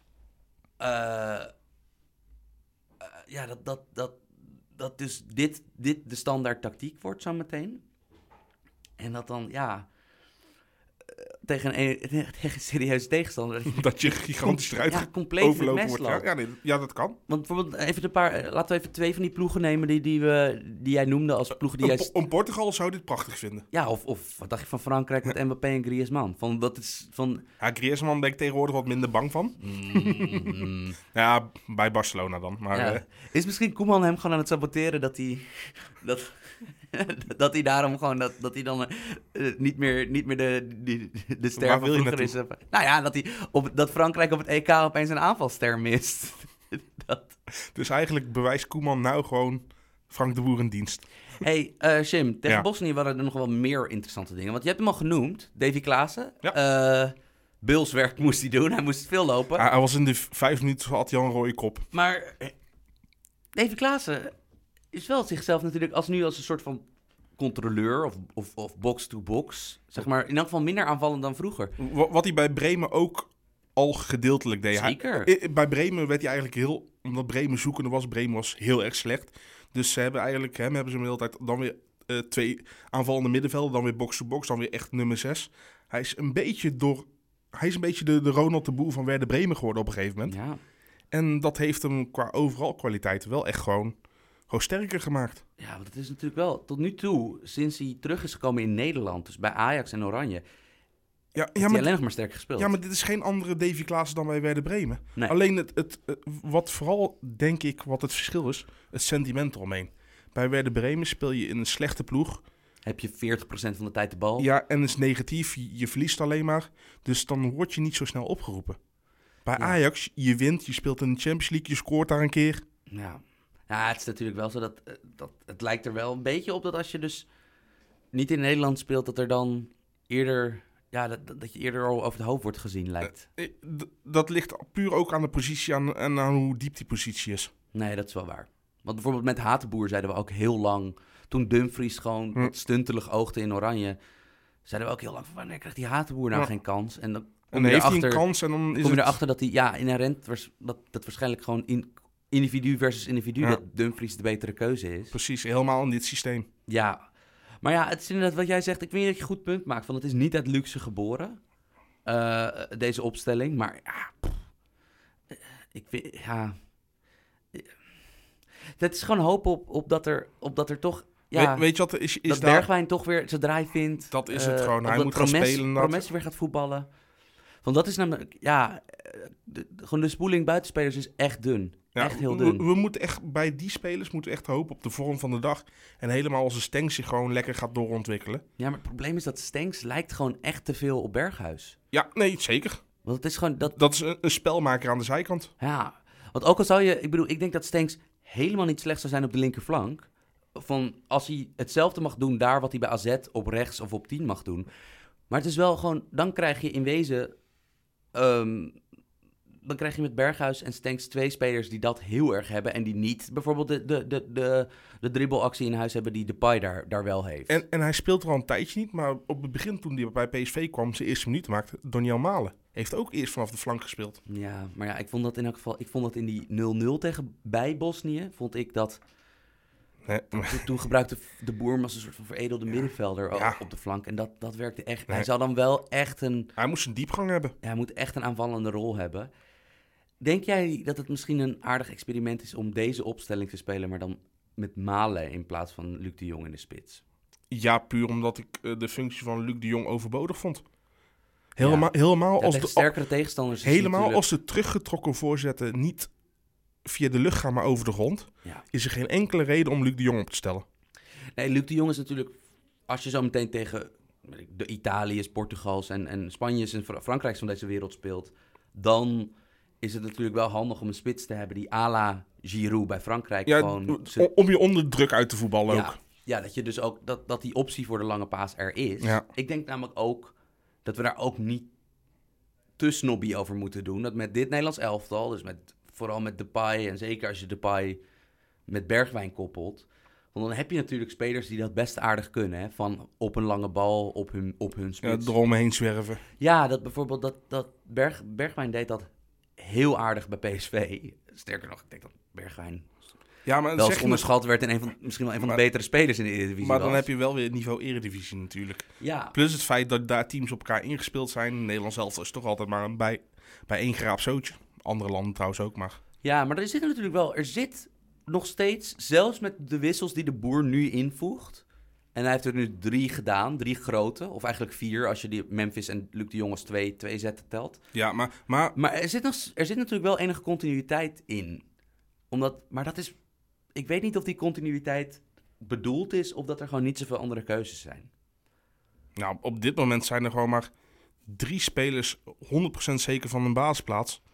dat dus dit de standaard tactiek wordt zo meteen. En dat dan, ja... tegen een serieuze tegenstander... Dat je gigantisch eruit compleet overlopen met wordt. Ja, dat kan. Want bijvoorbeeld even laten we even 2 van die ploegen nemen die jij noemde als ploegen die jij... Om Portugal zou dit prachtig vinden. Ja, of wat dacht je van Frankrijk met Mbappé en Griezmann? Ja, Griezmann ben ik tegenwoordig wat minder bang van. Ja, bij Barcelona dan. Maar, Ja. Is misschien Koeman hem gewoon aan het saboteren dat hij... dat hij daarom gewoon... Dat hij dan niet meer de ster Waar van wil je vroeger is. naartoe? Nou ja, dat Frankrijk op het EK opeens een aanvalster mist. Dus eigenlijk bewijst Koeman nou gewoon Frank de Boer een dienst. Hey, Jim, tegen Ja. Bosnië waren er nog wel meer interessante dingen. Want je hebt hem al genoemd, Davy Klaassen. Ja. Bulswerk moest hij doen, hij moest veel lopen. Hij was in de 5 minuten, had hij al een rode kop. Maar Davy Klaassen is wel zichzelf natuurlijk als een soort van controleur of box-to-box. Zeg maar, in elk geval minder aanvallend dan vroeger. Wat hij bij Bremen ook al gedeeltelijk deed. Zeker. Bij Bremen werd hij eigenlijk omdat Bremen zoekende was. Bremen was heel erg slecht. Dus ze hebben eigenlijk hebben ze hem de hele tijd dan weer 2 aanvallende middenvelden. Dan weer box-to-box, dan weer echt nummer 6. Hij is een beetje de Ronald de Boer van Werder Bremen geworden op een gegeven moment. Ja. En dat heeft hem qua overal kwaliteiten wel echt gewoon sterker gemaakt. Ja, want het is natuurlijk wel tot nu toe, sinds hij terug is gekomen in Nederland, dus bij Ajax en Oranje, heeft hij alleen nog maar sterk gespeeld. Ja, maar dit is geen andere Davy Klaassen dan bij Werder Bremen. Nee. Alleen wat vooral, denk ik, wat het verschil is, het sentiment eromheen. Bij Werder Bremen speel je in een slechte ploeg. Heb je 40% van de tijd de bal. Ja, en het is negatief, je verliest alleen maar. Dus dan word je niet zo snel opgeroepen. Bij Ajax, je wint, je speelt in de Champions League, je scoort daar een keer. Ja. Ja, het is natuurlijk wel zo dat het lijkt er wel een beetje op dat als je dus niet in Nederland speelt, dat er dan eerder, dat je eerder al over het hoofd wordt gezien, lijkt. Dat ligt puur ook aan de positie en aan hoe diep die positie is. Nee, dat is wel waar. Want bijvoorbeeld met Hatenboer zeiden we ook heel lang, toen Dumfries gewoon wat stuntelig oogde in Oranje, zeiden we ook heel lang van wanneer krijgt die Hatenboer nou geen kans? En dan En heeft hij een kans en dan is kom je het... erachter dat hij inherent dat waarschijnlijk gewoon individu versus individu, dat Dumfries de betere keuze is. Precies, helemaal in dit systeem. Ja, maar ja, het is inderdaad wat jij zegt. Ik weet dat je een goed punt maakt, want het is niet uit luxe geboren, deze opstelling. Maar ik weet, het is gewoon hoop op dat er toch... Ja, weet je wat is dat daar... Bergwijn toch weer zijn draai vindt. Dat is het gewoon. Hij moet gaan spelen. Promes weer gaat voetballen. Want dat is namelijk... Ja, gewoon de spoeling buitenspelers is echt dun. Ja, echt heel dun. We moeten echt bij die spelers echt hopen op de vorm van de dag. En helemaal als de Stenks zich gewoon lekker gaat doorontwikkelen. Ja, maar het probleem is dat Stenks lijkt gewoon echt te veel op Berghuis. Ja, nee, zeker. Want het is gewoon... Dat is een spelmaker aan de zijkant. Ja, want ook al zou je... Ik denk dat Stenks helemaal niet slecht zou zijn op de linkerflank. Van als hij hetzelfde mag doen daar wat hij bij AZ op rechts of op 10 mag doen. Maar het is wel gewoon... Dan krijg je in wezen... dan krijg je met Berghuis en Stenks 2 spelers die dat heel erg hebben. En die niet bijvoorbeeld de dribbelactie in huis hebben die Depay daar wel heeft. En hij speelt er al een tijdje niet. Maar op het begin toen hij bij PSV kwam, zijn eerste minuut maakte, Doniel Malen heeft ook eerst vanaf de flank gespeeld. Ja, maar ja, ik vond dat in elk geval... Ik vond dat in die 0-0 tegen bij Bosnië, vond ik dat... Nee. Toen gebruikte de Boer hem als een soort van veredelde middenvelder op de flank. En dat werkte echt... Nee. Hij zou dan wel echt Hij moest een diepgang hebben. Hij moet echt een aanvallende rol hebben. Denk jij dat het misschien een aardig experiment is om deze opstelling te spelen, maar dan met Malen in plaats van Luc de Jong in de spits? Ja, puur omdat ik de functie van Luc de Jong overbodig vond. Helemaal als de sterkere tegenstanders. Helemaal als de teruggetrokken voorzetten niet via de lucht gaan, maar over de grond, is er geen enkele reden om Luc de Jong op te stellen. Nee, Luc de Jong is natuurlijk, als je zo meteen tegen de Italiërs, Portugals en Spanjes en Frankrijks van deze wereld speelt, dan is het natuurlijk wel handig om een spits te hebben die à la Giroud bij Frankrijk gewoon... Om je onder druk uit te voetballen ook. Ja, dat je dus ook dat die optie voor de lange paas er is. Ja. Ik denk namelijk ook dat we daar ook niet te snobby over moeten doen. Dat met dit Nederlands elftal, dus vooral met Depay en zeker als je Depay met Bergwijn koppelt, want dan heb je natuurlijk spelers die dat best aardig kunnen. Hè? Van op een lange bal, op hun spits. Ja, eromheen zwerven. Ja, dat bijvoorbeeld Bergwijn deed dat heel aardig bij PSV. Sterker nog, ik denk dat Bergwijn Ja, maar wel zeg eens je onderschat werd en misschien wel een van de betere spelers in de Eredivisie maar dan was. heb je wel weer het niveau Eredivisie natuurlijk. Ja, Plus het feit dat daar teams op elkaar ingespeeld zijn. Nederland zelf is toch altijd maar bij één graap zootje. Andere landen trouwens ook, maar... ja, maar er zit natuurlijk wel... Er zit nog steeds, zelfs met de wissels die de Boer nu invoegt... En hij heeft er nu 3 gedaan, 3 grote. Of eigenlijk 4, als je die Memphis en Luc de Jong als 2 zetten telt. Ja, maar Maar er zit natuurlijk wel enige continuïteit in. Maar dat is... Ik weet niet of die continuïteit bedoeld is... of dat er gewoon niet zoveel andere keuzes zijn. nou, op dit moment zijn er gewoon maar 3 spelers 100% zeker van een basisplaats.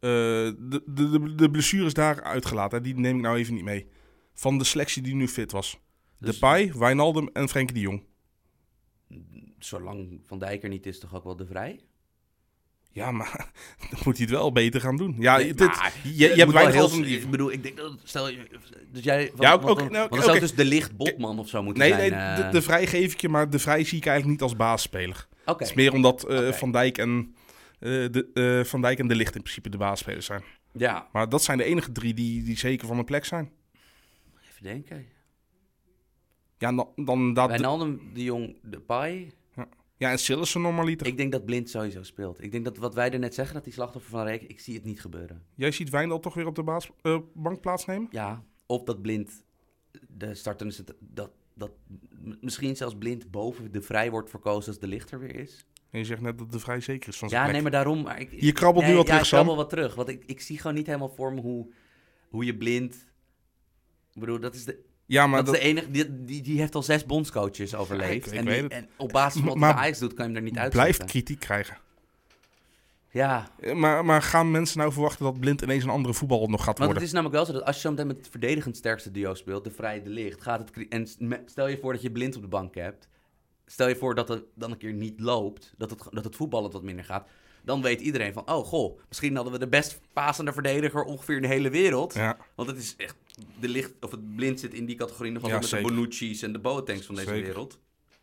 De blessures daar uitgelaten, hè, die neem ik nou even niet mee. Van de selectie die nu fit was. Dus- Depay, Wijnaldum en Frenkie de Jong. Zolang Van Dijk er niet is, toch ook wel de Vrij? Ja, maar dan moet hij het wel beter gaan doen. Ja, Nee, je maar hebt moet wel weinig heel- alternatieven. Ik bedoel, ik denk dat... Stel je... Dus jij... Ja, want oké, dan- nou, want dan oké, zou oké. het dus de licht Botman of zo moeten Nee, zijn. de Vrij geef ik je, maar de Vrij zie ik eigenlijk niet als basisspeler. Oké. Het is meer omdat Oké. Van Dijk en De Ligt in principe de basisspelers zijn. Ja, Maar dat zijn de enige 3 die zeker van een plek zijn. even denken. Ja, dan dat... Wijnaldum, de Jong, de Pai. Ja, en Sillissen normaliter. Ik denk dat Blind sowieso speelt. Ik denk dat wat wij er net zeggen, dat die slachtoffer van Reek, ik zie het niet gebeuren. Jij ziet Wijndal toch weer op de bank plaatsnemen? Ja, of dat Blind de starter is, dat misschien zelfs Blind boven de Vrij wordt verkozen als de lichter weer is. En je zegt net dat de Vrij zeker is van zijn Ja, plek. nee, maar daarom... Maar Je krabbelt nu al terug, ik Sam. krabbel wat terug. Want ik zie gewoon niet helemaal voor me hoe je Blind... Ik bedoel, dat is de... Ja, maar dat is de enige, die heeft al 6 bondscoaches overleefd. ik weet het. En op basis van wat Maar hij Ajax doet, kan je hem er niet uit. blijft kritiek krijgen. Ja, Maar gaan mensen nou verwachten dat Blind ineens een andere voetballer nog gaat want worden? het is namelijk wel zo dat als je zo meteen met het verdedigend sterkste duo speelt, de Vrij de Licht, gaat het... En stel je voor dat je Blind op de bank hebt. Stel je voor dat het dan een keer niet loopt, dat het voetballen wat minder gaat. Dan weet iedereen van, oh goh, misschien hadden we de best pasende verdediger ongeveer in de hele wereld. Ja, Want het is echt, de Licht, of het Blind zit in die categorie nog wel Ja, met zeker. de Bonucci's en de Boatengs van deze Zeker. wereld.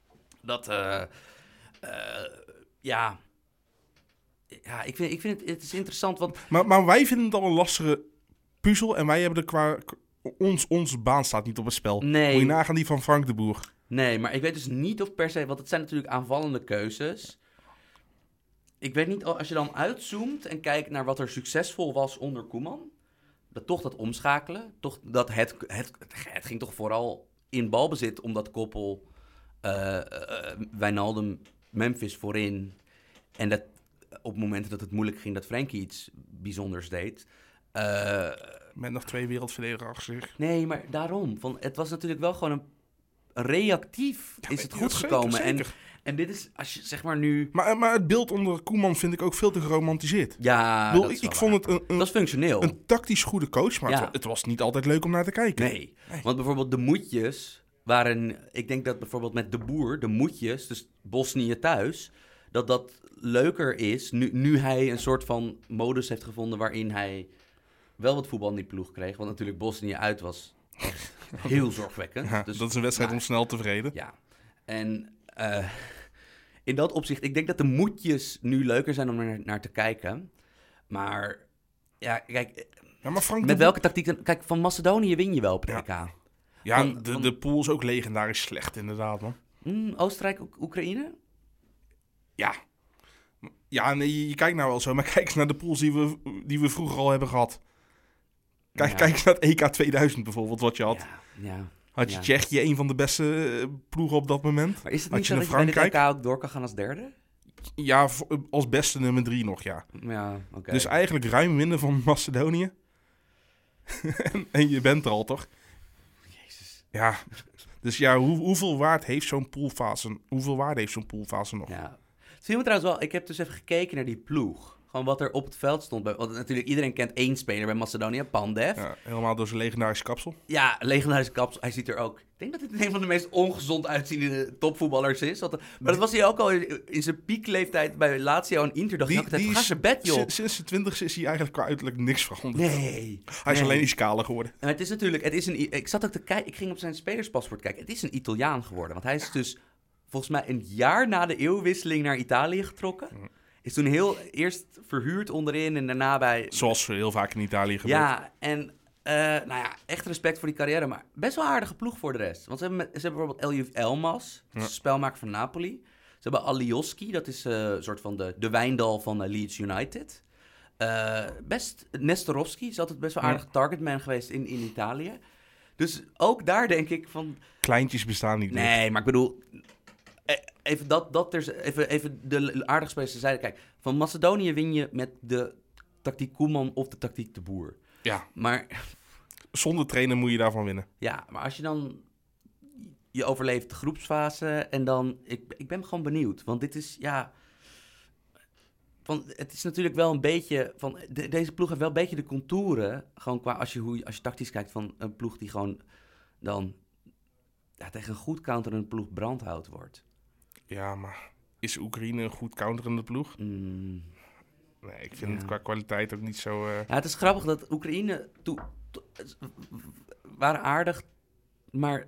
Ja, ik vind het is interessant, want maar wij vinden het al een lastige puzzel. En wij hebben er onze baan staat niet op het spel. Nee. Moet je nagaan die van Frank de Boer. nee, maar ik weet dus niet of per se, want het zijn natuurlijk aanvallende keuzes. Ik weet niet, als je dan uitzoomt en kijkt naar wat er succesvol was onder Koeman, dat omschakelen, toch dat het ging toch vooral in balbezit, omdat Koppel, Wijnaldum, Memphis voorin en dat op momenten dat het moeilijk ging, dat Frenkie iets bijzonders deed. Met nog 2 wereldverdedigers achter zich. Nee, maar daarom. Het was natuurlijk wel gewoon een reactief is het goed zeker, gekomen. zeker. En dit is, als je zeg maar nu... Maar het beeld onder Koeman vind ik ook veel te geromantiseerd. Ja, Ik bedoel, dat is ik wel vond waar. het Dat is functioneel. een tactisch goede coach, maar Ja. het was niet altijd leuk om naar te kijken. Nee, want bijvoorbeeld de moedjes waren... Ik denk dat bijvoorbeeld met de Boer, de moedjes, dus Bosnië thuis, dat leuker is nu hij een soort van modus heeft gevonden waarin hij wel wat voetbal in die ploeg kreeg. Want natuurlijk Bosnië uit was echt heel zorgwekkend. Ja, Dus, dat is een wedstrijd maar- om snel te vreden. Ja, en in dat opzicht, ik denk dat de moedjes nu leuker zijn om er naar te kijken. Maar ja, kijk, Ja, maar Frank met de welke tactiek... Kijk, van Macedonië win je wel op het Ja. EK. Ja, van- de pool is ook legendarisch slecht, inderdaad, man. Oostenrijk, Oekraïne? Ja. Ja, nee, je kijkt nou wel zo, maar kijk eens naar de pools die we vroeger al hebben gehad. Kijk eens naar het EK 2000 bijvoorbeeld, wat je had. Ja. Had je ja. Tsjechië een van de beste ploegen op dat moment? Maar is het Had niet je zo naar dat je bij dit Frankrijk? EK ook door kan gaan als derde? Ja, als beste nummer 3 nog, ja. Ja, oké. Dus eigenlijk ruim winnen van Macedonië. en je bent er al, toch? Jezus. Ja. Dus ja, hoeveel waarde heeft zo'n poolfase? Hoeveel waarde heeft zo'n poolfase nog? Ja. Zie je trouwens wel, ik heb dus even gekeken naar die ploeg. Gewoon wat er op het veld stond. Want natuurlijk, iedereen kent 1 speler bij Macedonië, Pandev. Ja, helemaal door zijn legendarische kapsel. Ja, legendarische kapsel. Hij ziet er ook... Ik denk dat dit een van de meest ongezond uitziende topvoetballers is. Maar dat was hij ook al in zijn piekleeftijd bij Lazio en Inter. Dacht ik altijd, ga zijn bed, joh. Sinds de 20 is hij eigenlijk qua uiterlijk niks veranderd. Nee. Hij is nee. alleen iets kaler geworden. En het is natuurlijk... ik zat ook te kijken... Ik ging op zijn spelerspaspoort kijken. Het is een Italiaan geworden. Want hij is dus volgens mij een jaar na de eeuwwisseling naar Italië getrokken. Is toen eerst verhuurd onderin en daarna bij... Zoals heel vaak in Italië gebeurt. Ja, en nou ja, echt respect voor die carrière, maar best wel een aardige ploeg voor de rest. Want ze hebben bijvoorbeeld Eljuf Elmas, dat is een spelmaker van Napoli. Ze hebben Alioski, dat is een soort van de Wijndal van Leeds United. Nestorovski is altijd best wel aardig targetman geweest in Italië. Dus ook daar denk ik van... Kleintjes bestaan niet meer. Nee, maar ik bedoel... Even de aardige spelers terzijde. Kijk, van Macedonië win je met de tactiek Koeman of de tactiek de Boer. Ja, Maar zonder trainer moet je daarvan winnen. ja, maar als je dan... Je overleeft de groepsfase en dan... Ik ben gewoon benieuwd, want dit is, ja... Het is natuurlijk wel een beetje... Deze ploeg heeft wel een beetje de contouren, gewoon qua als je tactisch kijkt, van een ploeg die gewoon dan tegen een goed counterende ploeg brandhout wordt. Ja, maar is Oekraïne een goed counterende ploeg? Nee, ik vind het qua kwaliteit ook niet zo... Ja, het is grappig dat Oekraïne waren aardig, maar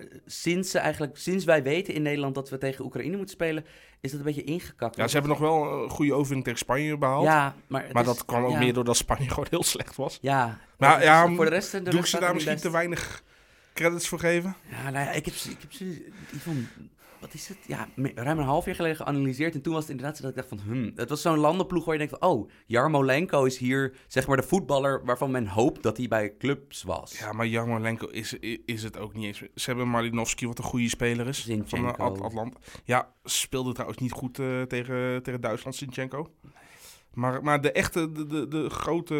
sinds wij weten in Nederland dat we tegen Oekraïne moeten spelen, is dat een beetje ingekakt. Ja, ze hebben nog wel een goede overwinning tegen Spanje behaald. Ja, maar dat kwam ook meer doordat Spanje gewoon heel slecht was. Ja, Maar ja, voor de rest, doe ik ze daar misschien te weinig credits voor geven? Ja, nou ja, ik heb ze van... Wat is het? Ja, ruim een half jaar geleden geanalyseerd. En toen was het inderdaad zo dat ik dacht van... Het was zo'n landenploeg waar je denkt van... Oh, Jarmolenko is hier zeg maar de voetballer waarvan men hoopt dat hij bij clubs was. Ja, maar Jarmolenko is het ook niet eens. Ze hebben Malinovski, wat een goede speler is. Zinchenko. Van Atlanta. Ja, speelde trouwens niet goed tegen Duitsland, Zinchenko. Maar de echte, de grote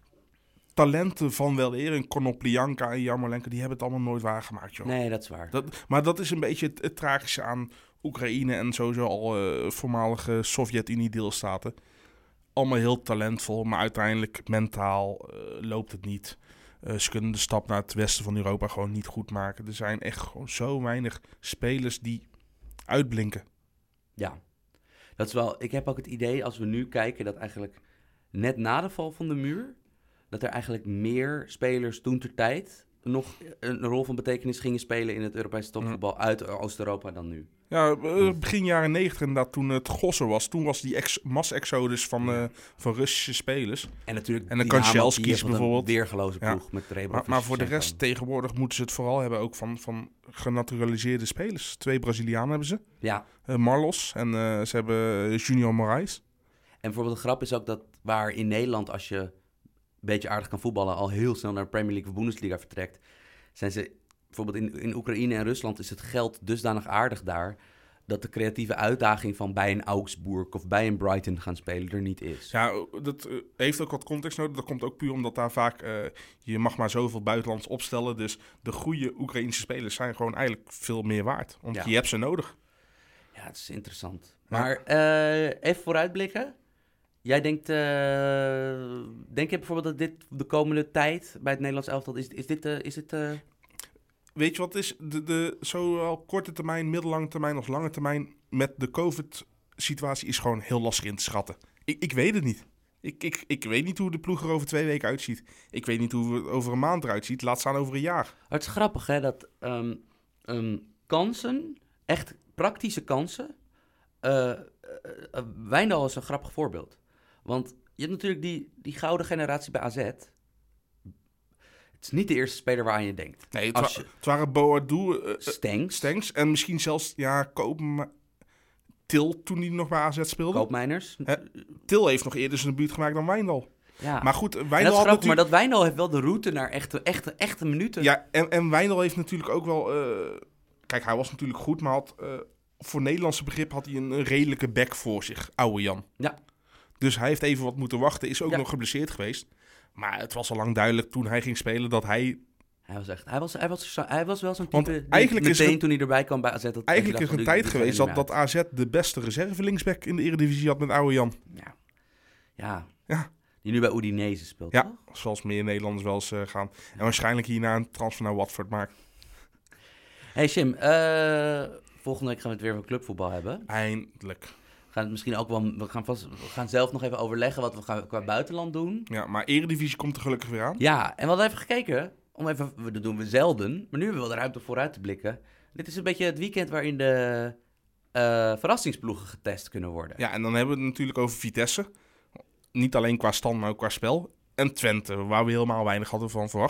talenten van weleer, en Konoplyanka en Jarmolenko, die hebben het allemaal nooit waargemaakt, joh. Nee, dat is waar. Maar dat is een beetje het tragische aan Oekraïne en sowieso al voormalige Sovjet-Unie-deelstaten. Allemaal heel talentvol, maar uiteindelijk mentaal loopt het niet. Ze kunnen de stap naar het westen van Europa gewoon niet goed maken. Er zijn echt gewoon zo weinig spelers die uitblinken. Ja, dat is wel... Ik heb ook het idee, als we nu kijken, dat eigenlijk net na de val van de muur, dat er eigenlijk meer spelers toentertijd nog een rol van betekenis gingen spelen in het Europese topvoetbal uit Oost-Europa dan nu. Ja, begin jaren 90 inderdaad, toen het gossen was. Toen was die massa-exodus van Russische spelers. En natuurlijk en dan kan Chelsea bijvoorbeeld. Een weergeloze ploeg met Rebro. Maar voor de rest tegenwoordig moeten ze het vooral hebben ook van genaturaliseerde spelers. 2 Brazilianen hebben ze. Ja. Marlos en ze hebben Junior Moraes. En bijvoorbeeld de grap is ook dat waar in Nederland, als je een beetje aardig kan voetballen, al heel snel naar de Premier League of Bundesliga vertrekt, zijn ze bijvoorbeeld in Oekraïne en Rusland is het geld dusdanig aardig daar dat de creatieve uitdaging van bij een Augsburg of bij een Brighton gaan spelen er niet is. Ja, dat heeft ook wat context nodig. Dat komt ook puur omdat daar vaak je mag maar zoveel buitenlands opstellen. Dus de goede Oekraïnse spelers zijn gewoon eigenlijk veel meer waard. Want je hebt ze nodig. Ja, het is interessant. Ja. Maar even vooruitblikken. Jij denkt, denk je bijvoorbeeld dat dit de komende tijd bij het Nederlands elftal is dit Weet je wat het is? Zowel korte termijn, middellange termijn als lange termijn met de COVID-situatie is gewoon heel lastig in te schatten. Ik weet het niet. Ik weet niet hoe de ploeg er over 2 weken uitziet. Ik weet niet hoe het over een maand eruit ziet. Laat staan over een jaar. Het is grappig hè, dat kansen, echt praktische kansen. Wijndal is een grappig voorbeeld. Want je hebt natuurlijk die gouden generatie bij AZ. Het is niet de eerste speler waaraan je denkt. Nee, het waren Boadu, Stengs en misschien zelfs Til toen hij nog bij AZ speelde. Koopmeiners. Til heeft nog eerder zijn debuut gemaakt dan Wijndal. Ja. Maar goed, Wijndal dat is grappig, maar dat Wijndal heeft wel de route naar echte minuten. Ja, en Wijndal heeft natuurlijk ook wel... Kijk, hij was natuurlijk goed, maar voor Nederlandse begrip had hij een redelijke back voor zich. Oude Jan. Ja. Dus hij heeft even wat moeten wachten. Is ook nog geblesseerd geweest. Maar het was al lang duidelijk toen hij ging spelen dat hij... Hij was wel zo'n type eigenlijk meteen toen hij erbij kwam bij AZ. Eigenlijk is er een tijd geweest dat AZ de beste reserve linksback in de Eredivisie had met oude Jan. Ja. Die nu bij Udinese speelt, ja, toch? Zoals meer Nederlanders wel eens gaan. En waarschijnlijk hierna een transfer naar Watford maken. Hey Jim, volgende week gaan we het weer over clubvoetbal hebben. Eindelijk. We gaan het misschien ook wel. We gaan zelf nog even overleggen wat we gaan qua buitenland doen. Ja, maar Eredivisie komt er gelukkig weer aan. Ja, en we hadden even gekeken. Dat doen we zelden. Maar nu hebben we wel de ruimte vooruit te blikken. Dit is een beetje het weekend waarin de verrassingsploegen getest kunnen worden. Ja, en dan hebben we het natuurlijk over Vitesse. Niet alleen qua stand, maar ook qua spel. En Twente, waar we helemaal weinig hadden van verwacht.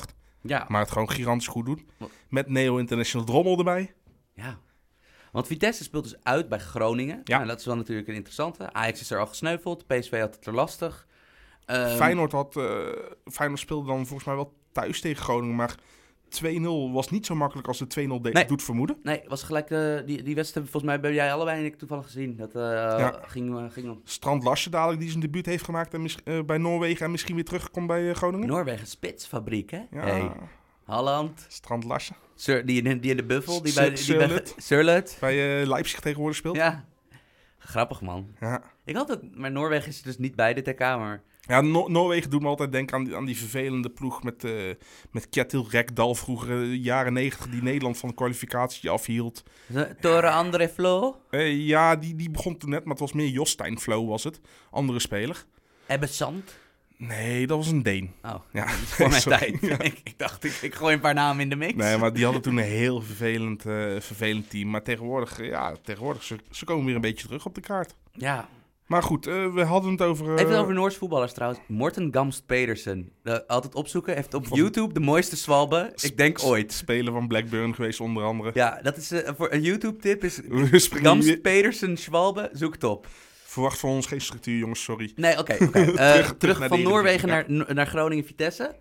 Ja. Maar het gewoon gigantisch goed doen. Met Neo International Drommel erbij. Ja. Want Vitesse speelt dus uit bij Groningen. Ja. Nou, dat is wel natuurlijk een interessante. Ajax is er al gesneuveld. PSV had het er lastig. Feyenoord speelde dan volgens mij wel thuis tegen Groningen. Maar 2-0 was niet zo makkelijk als de 2-0 Nee. doet vermoeden. Nee, was gelijk die wedstrijd. Volgens mij ben jij allebei en ik toevallig gezien. Dat ging om Strand Larsen dadelijk die zijn debuut heeft gemaakt bij Noorwegen. En misschien weer terugkomt bij Groningen. Noorwegen Spitsfabriek, hè? Ja. Hey. Holland. Strand Larsen. Die in de buffel. Die bij Surlet. Surlet. Bij Leipzig tegenwoordig speelt. Ja. Grappig, man. Ja. Ik had het, maar Noorwegen is dus niet bij de TK, maar... Ja, Noorwegen doet me altijd denken aan die vervelende ploeg met Kjetil Rekdal vroeger, jaren 90, die Nederland van de kwalificatie afhield. Tore André Flo. Ja, die begon toen net, maar het was meer Jostein Flo was het. Andere speler. Ebbe Sand. Nee, dat was een Deen. Oh, Ja, dat is voor mijn sorry. tijd. Ik dacht, ik gooi een paar namen in de mix. Nee, maar die hadden toen een heel vervelend team. Maar tegenwoordig, ze komen weer een beetje terug op de kaart. Ja. Maar goed, we hadden het over... Even over Noorse voetballers trouwens. Morten Gamst Pedersen. Altijd opzoeken. Heeft op YouTube de mooiste zwalbe, ik denk ooit. Speler van Blackburn geweest onder andere. Ja, dat is voor een YouTube-tip. Is We springen Gamst weer- Pedersen zwalbe, zoek het op. Verwacht van ons geen structuur, jongens, sorry. Nee, oké. Terug naar van de Noorwegen Eredivisie, naar Groningen-Vitesse.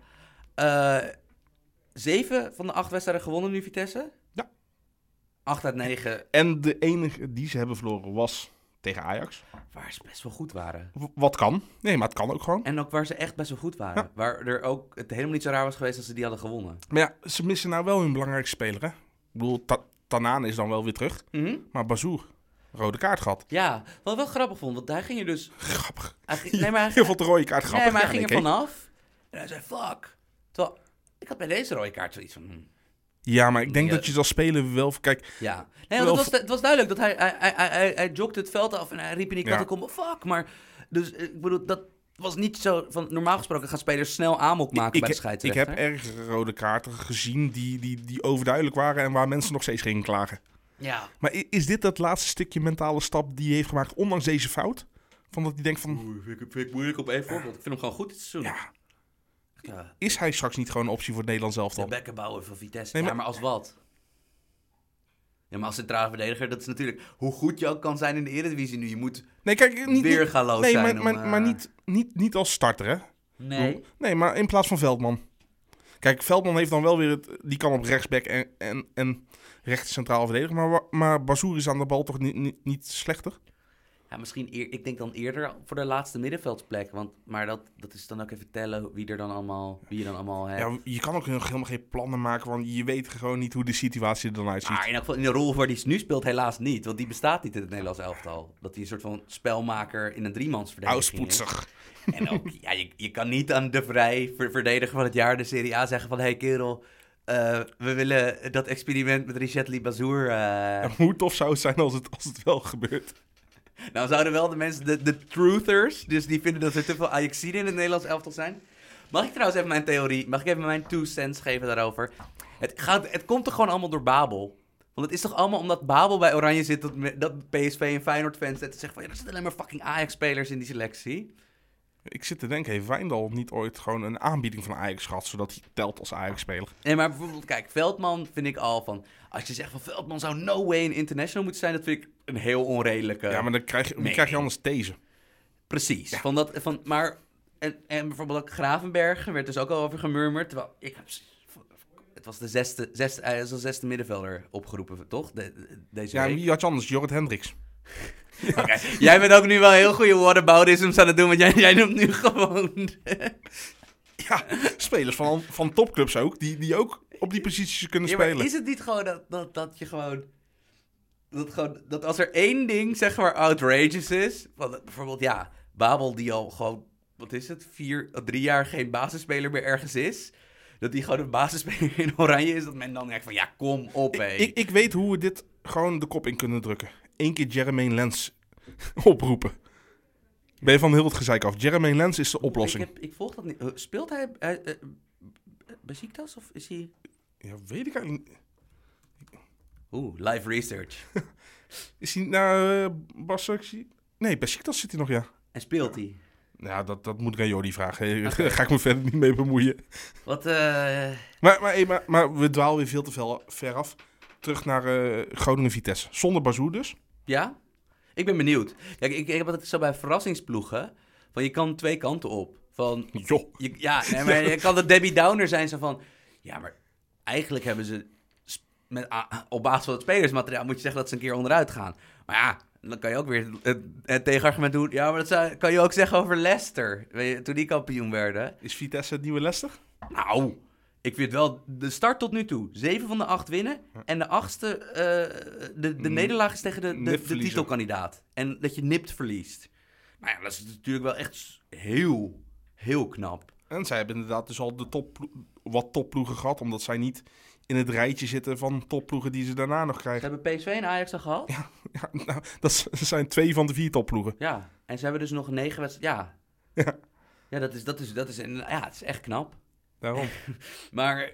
7 van de 8 wedstrijden gewonnen nu Vitesse. Ja. 8 uit 9, En de enige die ze hebben verloren was tegen Ajax. waar ze best wel goed waren. Wat kan. Nee, maar het kan ook gewoon. En ook waar ze echt best wel goed waren. Ja. Waar er ook het helemaal niet zo raar was geweest als ze die hadden gewonnen. Maar ja, ze missen nou wel hun belangrijkste speler, hè? Ik bedoel, Tanane is dan wel weer terug. Maar Bazoer, rode kaart gehad. Ja, wat ik wel grappig vond, want hij ging er dus... Grappig. Nee, maar Heel veel de rode kaart grappig. hij Ja, ging er kijk. vanaf. En hij zei, fuck. Terwijl, ik had bij deze rode kaart zoiets van... Ja, maar ik denk Ja. dat je als speler wel... Kijk, Ja, nee, want het was duidelijk dat hij jogde het veld af en hij riep in die kant, Ja. ik kom, fuck. Maar, dus ik bedoel, dat was niet zo, van normaal gesproken gaan spelers snel amok maken bij de ik scheidsrechter. heb ergere rode kaarten gezien die overduidelijk waren en waar mensen nog steeds gingen klagen. Ja. Maar is dit dat laatste stukje mentale stap die hij heeft gemaakt, ondanks deze fout? Van dat hij denkt van, Oeh, vind ik moeilijk op één voorbeeld. Ik vind hem gewoon goed dit seizoen. ja, is hij straks niet gewoon een optie voor het Nederlands De elftal? bekkenbouwer van Vitesse. Nee, Ja, maar- maar als wat? Ja, maar als centrale verdediger, dat is natuurlijk... Hoe goed je ook kan zijn in de Eredivisie nu. Je moet Nee, kijk, weergaloos nee, zijn. maar niet als starter, hè? Nee. Nee, maar in plaats van Veldman. Kijk, Veldman heeft dan wel weer die kan op rechtsback en rechts centraal verdedigen. Maar Bazoer is aan de bal toch niet slechter? Ja, misschien ik denk dan eerder voor de laatste middenveldsplek. Maar dat is dan ook even tellen wie je dan allemaal hebt. Ja, je kan ook nog helemaal geen plannen maken, want je weet gewoon niet hoe de situatie er dan uitziet. Maar in elk geval in de rol waar hij nu speelt helaas niet. Want die bestaat niet in het Nederlands elftal. Dat hij een soort van spelmaker in een driemansverdediging is. Auspoetser. En ook, ja, je kan niet aan de vrij verdediger van het jaar de Serie A zeggen van... Hé kerel, we willen dat experiment met Richetli Bazoer... Hoe tof zou het zijn als het wel gebeurt? Nou zouden wel de mensen, de truthers, dus die vinden dat er te veel Ajaxiden in het Nederlands elftal zijn. Mag ik trouwens even mijn theorie, mag ik even mijn 2 cents geven daarover? Het komt toch gewoon allemaal door Babel? Want het is toch allemaal omdat Babel bij Oranje zit, dat PSV en Feyenoord fans zitten en zeggen van... Ja, er zitten alleen maar fucking Ajax-spelers in die selectie. Ik zit te denken, heeft Wijndal niet ooit gewoon een aanbieding van Ajax gehad, zodat hij telt als Ajax-speler? Nee, maar bijvoorbeeld, kijk, Veldman vind ik al van... Als je zegt van Veldman zou no way een international moeten zijn, dat vind ik een heel onredelijke... Ja, maar dan krijg je anders deze. Precies. Ja. En bijvoorbeeld ook Gravenberg werd dus ook al over gemurmerd. Terwijl het was de zesde middenvelder opgeroepen, toch? Deze Ja, week. wie had je anders? Jorrit Hendricks. Oké, jij bent ook nu wel heel goede whataboutisms aan het doen, want jij noemt nu gewoon... Ja, spelers van topclubs ook, die ook op die posities kunnen Ja, maar spelen. is het niet gewoon dat je gewoon... Dat als er één ding, zeg maar, outrageous is... Bijvoorbeeld, ja, Babel die al gewoon... Wat is het? 3 jaar geen basisspeler meer ergens is... Dat die gewoon een basisspeler in Oranje is... Dat men dan denkt van, ja, kom op, hé. Ik weet hoe we dit gewoon de kop in kunnen drukken. 1 keer Jermaine Lens oproepen. Ben je van heel het gezeik af. Jermaine Lens is de oplossing. Ik volg dat niet. Speelt hij Besiktas of is hij... Ja, weet ik eigenlijk niet. Oeh, live research. Is hij naar Besiktas? Nee, Besiktas zit hij nog, ja. En speelt hij? Ja, dat moet Rayodi vragen. Oké. Daar ga ik me verder niet mee bemoeien. Wat, Maar we dwalen weer veel te ver af. Terug naar Groningen-Vitesse. Zonder Bazou dus. ja? Ik ben benieuwd. Kijk, ik heb het zo bij verrassingsploegen. Van je kan twee kanten op. Van, Joh. maar je kan de Debbie Downer zijn. Zo van, ja, maar eigenlijk hebben ze... op basis van het spelersmateriaal moet je zeggen dat ze een keer onderuit gaan. Maar ja, dan kan je ook weer het tegenargument doen. Ja, maar kan je ook zeggen over Leicester. Weet je, toen die kampioen werden. Is Vitesse het nieuwe Leicester? Nou, ik vind wel de start tot nu toe. 7 van de 8 winnen. En de 8e, de nederlaag is tegen de Nipverliezer. titelkandidaat. En dat je nipt verliest. Nou ja, dat is natuurlijk wel echt heel, heel knap. En zij hebben inderdaad dus al wat topploegen gehad. Omdat zij niet in het rijtje zitten van topploegen die ze daarna nog Ze krijgen. hebben PSV en Ajax al gehad. Ja, nou, dat zijn 2 van de 4 topploegen. Ja, en ze hebben dus nog 9 wedstrijden. Ja. Ja, dat is echt knap. Daarom. Maar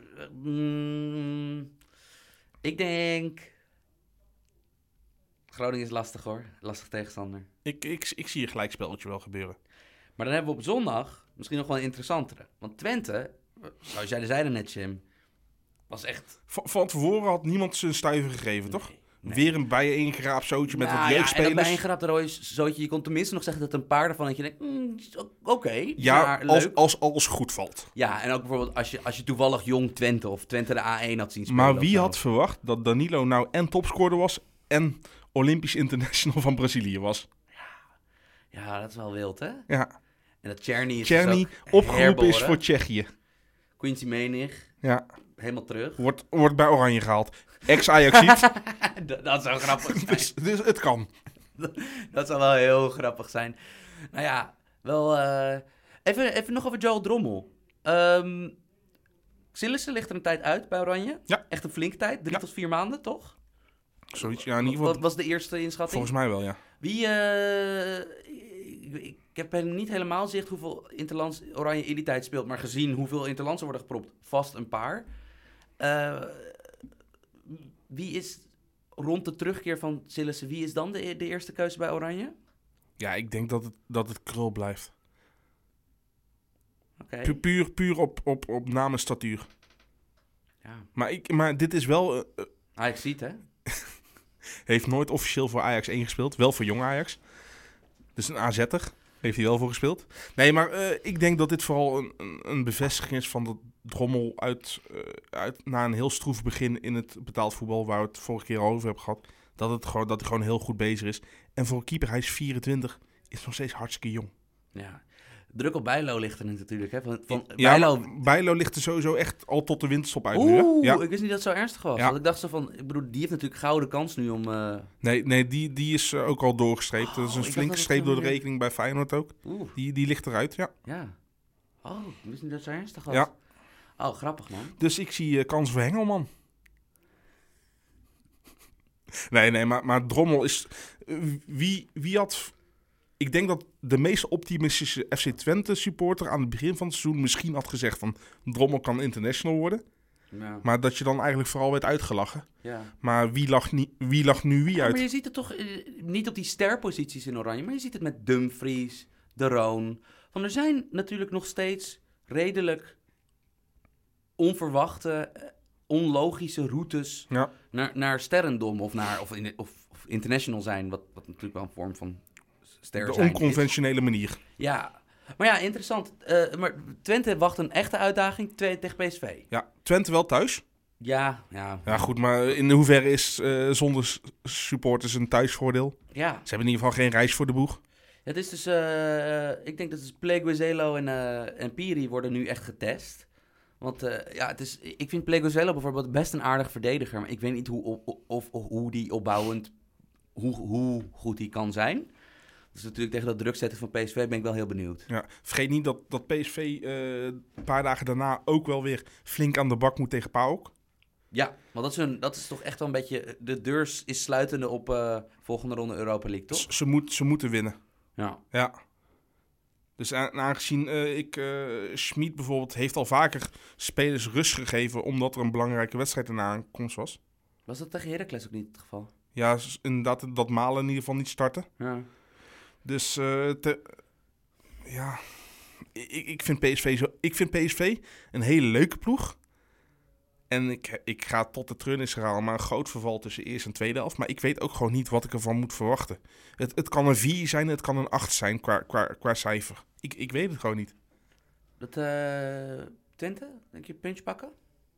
ik denk... Groningen is lastig hoor. Lastig tegenstander. Ik zie een gelijkspelletje wel gebeuren. Maar dan hebben we op zondag misschien nog wel een interessantere. Want Twente, zoals jij zeide net, Jim, was echt... Van tevoren had niemand zijn stuiver gegeven, toch? Nee. Weer een bijeengraapzootje met wat En dat jeugdspelers. bijeengerapte rode zootje, je kon tenminste nog zeggen dat een paar daarvan dat je denkt, oké, Ja, maar leuk. als alles goed valt. Ja, en ook bijvoorbeeld als je toevallig jong Twente of Twente de A1 had zien spelen. Maar of wie zo. had verwacht dat Danilo nou en topscorer was en Olympisch International van Brazilië was? Ja, dat is wel wild, hè? Ja, En dat Czerny is Czerny dus ook opgeroepen is herboren. voor Tsjechië. Quincy Menig, Ja, helemaal terug. wordt bij Oranje gehaald. Ex-Ajaxiet, Dat zou grappig zijn. dus het kan. Dat zou wel heel grappig zijn. Nou ja, wel... even nog over Joel Drommel. Sillissen ligt er een tijd uit bij Oranje. Ja. Echt een flinke tijd. 3 tot 4 maanden, toch? Zoiets, ja, in ieder geval. Wat was de eerste inschatting? Volgens mij wel, ja. Wie... ik heb niet helemaal zicht hoeveel interlands Oranje in die tijd speelt. Maar gezien hoeveel interlands er worden gepropt, vast een paar. Wie is rond de terugkeer van Sillissen, wie is dan de eerste keuze bij Oranje? Ja, ik denk dat het Krul blijft. Oké. Puur op naam en statuur. Ja. Maar dit is wel... Ajax ziet, hè? heeft nooit officieel voor Ajax 1 gespeeld. Wel voor jong Ajax. Dus een AZ'er. Heeft hij wel voor gespeeld. Nee, maar ik denk dat dit vooral een bevestiging is van dat Drommel na een heel stroef begin in het betaald voetbal, waar we het vorige keer al over hebben gehad, dat hij gewoon heel goed bezig is. En voor een keeper, hij is 24, is nog steeds hartstikke jong. Ja. Druk op Bijlo ligt er natuurlijk, hè? Ja, Bijlo ligt er sowieso echt al tot de winterstop uit nu, hè? Oeh, Ja. ik wist niet dat het zo ernstig was. Ja. Want ik dacht zo van, ik bedoel, die heeft natuurlijk gouden kans nu om... Nee, die is ook al doorgestreept. Dat is een ik dacht flinke dat het streep door de weer- rekening bij Feyenoord ook. Oeh, Die ligt eruit, ja. ja. Oh, ik wist niet dat het zo ernstig was. Ja. Oh, grappig, man. Dus ik zie kans voor Hengelman. Nee, maar Drommel is... wie had... Ik denk dat de meest optimistische FC Twente supporter aan het begin van het seizoen misschien had gezegd van Drommel kan international worden. Ja. Maar dat je dan eigenlijk vooral werd uitgelachen. Ja. Maar wie lacht nu wie Ja, uit? maar je ziet het toch niet op die sterposities in Oranje, maar je ziet het met Dumfries, De Roon. Van er zijn natuurlijk nog steeds redelijk onverwachte, onlogische routes Ja. naar sterrendom of international zijn, wat natuurlijk wel een vorm van ster De zijn is. onconventionele manier. Ja, maar ja, interessant. Maar Twente wacht een echte uitdaging tegen PSV. Ja, Twente wel thuis. Ja. Ja goed, maar in hoeverre is zonder supporters een thuisvoordeel? Ja. Ze hebben in ieder geval geen reis voor de boeg. Het is dus, ik denk dat dus Pleguezelo en Piri worden nu echt getest. Want ik vind Pleguezelo bijvoorbeeld best een aardig verdediger. Maar ik weet niet hoe die opbouwend, hoe goed die kan zijn. Dus natuurlijk tegen dat druk zetten van PSV ben ik wel heel benieuwd. Ja, vergeet niet dat PSV een paar dagen daarna ook wel weer flink aan de bak moet tegen PAOK. Ja, want dat is toch echt wel een beetje, de deur is sluitende op volgende ronde Europa League, toch? Ze moeten winnen. Ja. Ja. Dus aangezien Schmid bijvoorbeeld heeft al vaker spelers rust gegeven omdat er een belangrijke wedstrijd erna aan komst was. Was dat tegen Heracles ook niet het geval? Ja, inderdaad dat Malen in ieder geval niet starten. Ja. Dus Ja, ik vind PSV een hele leuke ploeg. En ik ga tot de treurnis herhalen, maar een groot verval tussen eerste en tweede helft. Maar ik weet ook gewoon niet wat ik ervan moet verwachten. Het kan een 4 zijn, het kan een 8 zijn qua cijfer. Ik weet het gewoon niet. Dat Twente, denk je punch pakken?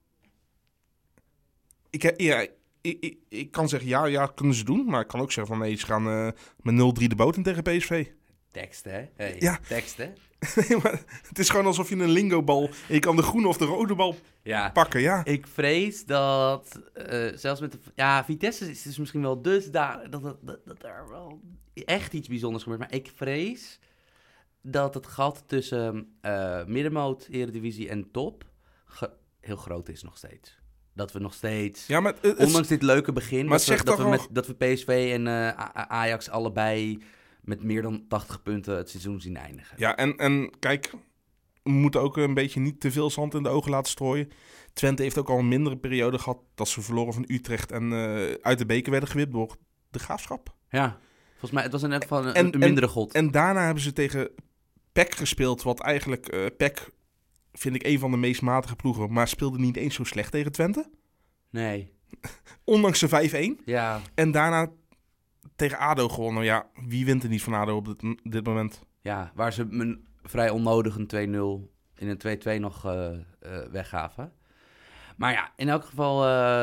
Ik kan zeggen, ja, kunnen ze doen. Maar ik kan ook zeggen van nee, ze gaan met 0-3 de boot in tegen PSV. Tekst, hè? Hey, Ja. Tekst, hè? Nee, maar het is gewoon alsof je een lingo-bal... en je kan de groene of de rode bal Ja. pakken, ja. Ik vrees dat zelfs met de... Ja, Vitesse is dus misschien wel dusdanig dat er wel echt iets bijzonders gebeurt. Maar ik vrees dat het gat tussen middenmoot, Eredivisie en top heel groot is nog steeds. Dat we nog steeds, Ja, maar ondanks dit leuke begin, maar dat we PSV en Ajax allebei met meer dan 80 punten het seizoen zien eindigen. Ja, en kijk, we moeten ook een beetje niet te veel zand in de ogen laten strooien. Twente heeft ook al een mindere periode gehad dat ze verloren van Utrecht en uit de beker werden gewipt door de Graafschap. Ja, volgens mij, het was in elk geval een mindere god. En daarna hebben ze tegen PEC gespeeld, wat eigenlijk PEC vind ik een van de meest matige ploegen, maar speelde niet eens zo slecht tegen Twente. Nee. Ondanks de 5-1. Ja. En daarna tegen ADO gewonnen. Ja, wie wint er niet van ADO op dit moment? Ja, waar ze een vrij onnodig een 2-0 in een 2-2 nog weggaven. Maar ja, in elk geval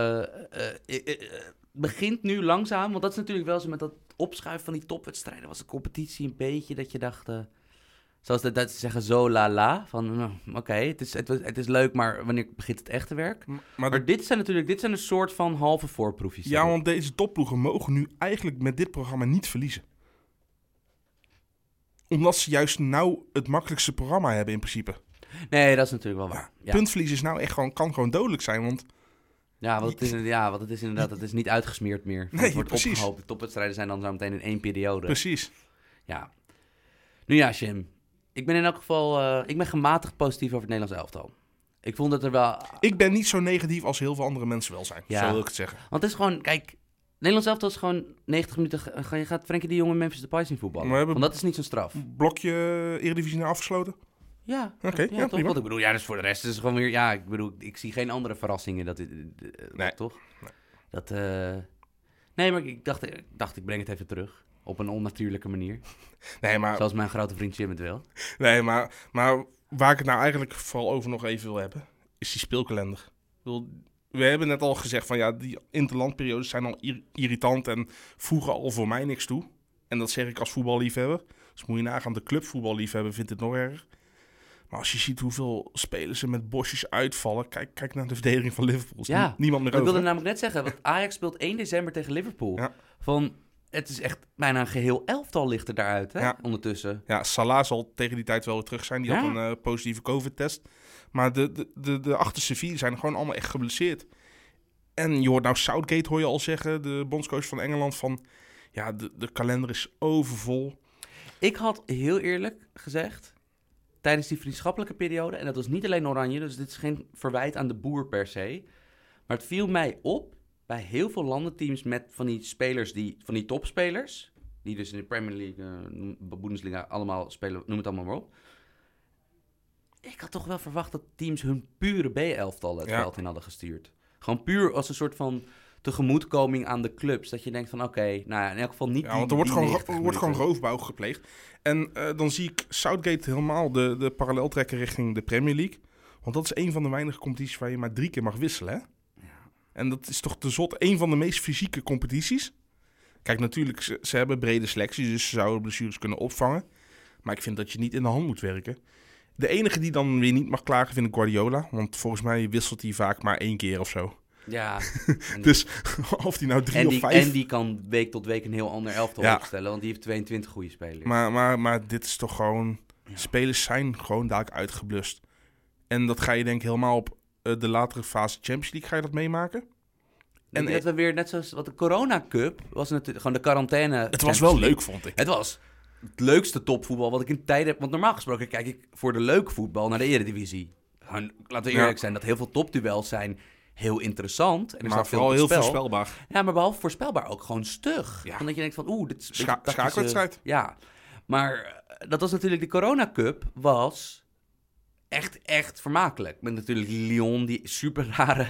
begint nu langzaam. Want dat is natuurlijk wel zo met dat opschuiven van die topwedstrijden. Was de competitie een beetje dat je dacht... zoals de Duitsers zeggen, zo la. Van oké, het is leuk, maar wanneer begint het echte werk? Maar dit zijn een soort van halve voorproefjes. Ja, want deze topploegen mogen nu eigenlijk met dit programma niet verliezen. Omdat ze juist nou het makkelijkste programma hebben in principe. Nee, dat is natuurlijk wel waar. Ja. Puntverlies is nou echt kan gewoon dodelijk zijn, want... Ja, want het is inderdaad, het is niet uitgesmeerd meer. Nee, het wordt precies. opgehoopt. De topwedstrijden zijn dan zo meteen in 1 periode. Precies. Ja. Nu ja, Jim. Ik ben in elk geval ik ben gematigd positief over het Nederlands elftal. Ik vond dat er wel... Ik ben niet zo negatief als heel veel andere mensen wel zijn. Ja. Zo wil ik het zeggen. Want het is gewoon, kijk... Nederlands elftal is gewoon 90 minuten... Je gaat Frenkie de Jong en Memphis Depay zien voetballen. Maar we hebben- Want dat is niet zo'n straf. Blokje Eredivisie nou afgesloten? Ja. Oké, ja, toch? prima. Want ik bedoel, ja, dus voor de rest is het gewoon weer... Ja, ik bedoel, ik zie geen andere verrassingen. Nee. Toch? Nee. Dat... Nee, maar ik dacht, ik breng het even terug. Op een onnatuurlijke manier. Nee, maar... Zoals mijn grote vriend Jim het wil. Nee, maar waar ik het nou eigenlijk vooral over nog even wil hebben, is die speelkalender. Ik bedoel, we hebben net al gezegd van ja, die interlandperiodes zijn al irritant en voegen al voor mij niks toe. En dat zeg ik als voetballiefhebber. Dus moet je nagaan, de clubvoetballiefhebber vindt het nog erger. Maar als je ziet hoeveel spelers er met bosjes uitvallen, kijk naar de verdediging van Liverpool. Is Ja, niemand meer ik over. wilde namelijk net zeggen, want Ajax speelt 1 december tegen Liverpool. Ja. Het is echt bijna een geheel elftal ligt er daaruit, hè, Ja. ondertussen. Ja, Salah zal tegen die tijd wel weer terug zijn. Die Ja. had een positieve COVID-test. Maar de achterste 4 zijn gewoon allemaal echt geblesseerd. En je hoort nou Southgate, hoor je al zeggen, de bondscoach van Engeland, van ja, de kalender is overvol. Ik had heel eerlijk gezegd, tijdens die vriendschappelijke periode, en dat was niet alleen Oranje, dus dit is geen verwijt aan de boer per se, maar het viel mij op bij heel veel landenteams met van die spelers, van die topspelers, die dus in de Premier League, Bundesliga allemaal spelen, noem het allemaal maar op. Ik had toch wel verwacht dat teams hun pure B-elftal het veld in hadden gestuurd. Gewoon puur als een soort van tegemoetkoming aan de clubs. Dat je denkt van oké, nou ja, in elk geval niet Ja, want er wordt gewoon roofbouw gepleegd. En dan zie ik Southgate helemaal de parallel trekken richting de Premier League. Want dat is een van de weinige competities waar je maar 3 keer mag wisselen, hè? Ja. En dat is toch te zot. Een van de meest fysieke competities. Kijk, natuurlijk, ze hebben brede selecties, dus ze zouden blessures kunnen opvangen. Maar ik vind dat je niet in de hand moet werken. De enige die dan weer niet mag klagen vind ik Guardiola. Want volgens mij wisselt hij vaak maar 1 keer of zo. Ja. Dus of die nou 3 of 5... En die kan week tot week een heel ander elftal opstellen. Want die heeft 22 goede spelers. Maar dit is toch gewoon... Ja. Spelers zijn gewoon dadelijk uitgeblust. En dat ga je denk ik helemaal op de latere fase Champions League ga je dat meemaken. En dat we weer net zoals... Wat de Corona Cup was natuurlijk gewoon de quarantaine. Het was wel leuk, vond ik. Het was het leukste topvoetbal wat ik in tijden heb. Want normaal gesproken kijk ik voor de leuke voetbal naar de Eredivisie. Gewoon, laten we eerlijk zijn, dat heel veel topduels zijn heel interessant. En er Maar staat vooral veel heel op het spel. voorspelbaar. Ja, maar behalve voorspelbaar ook gewoon stug. Ja. Omdat je denkt van, dit is... Schaakwedstrijd. Ja. Maar dat was natuurlijk, de Corona Cup was echt vermakelijk. Met natuurlijk Lyon die super rare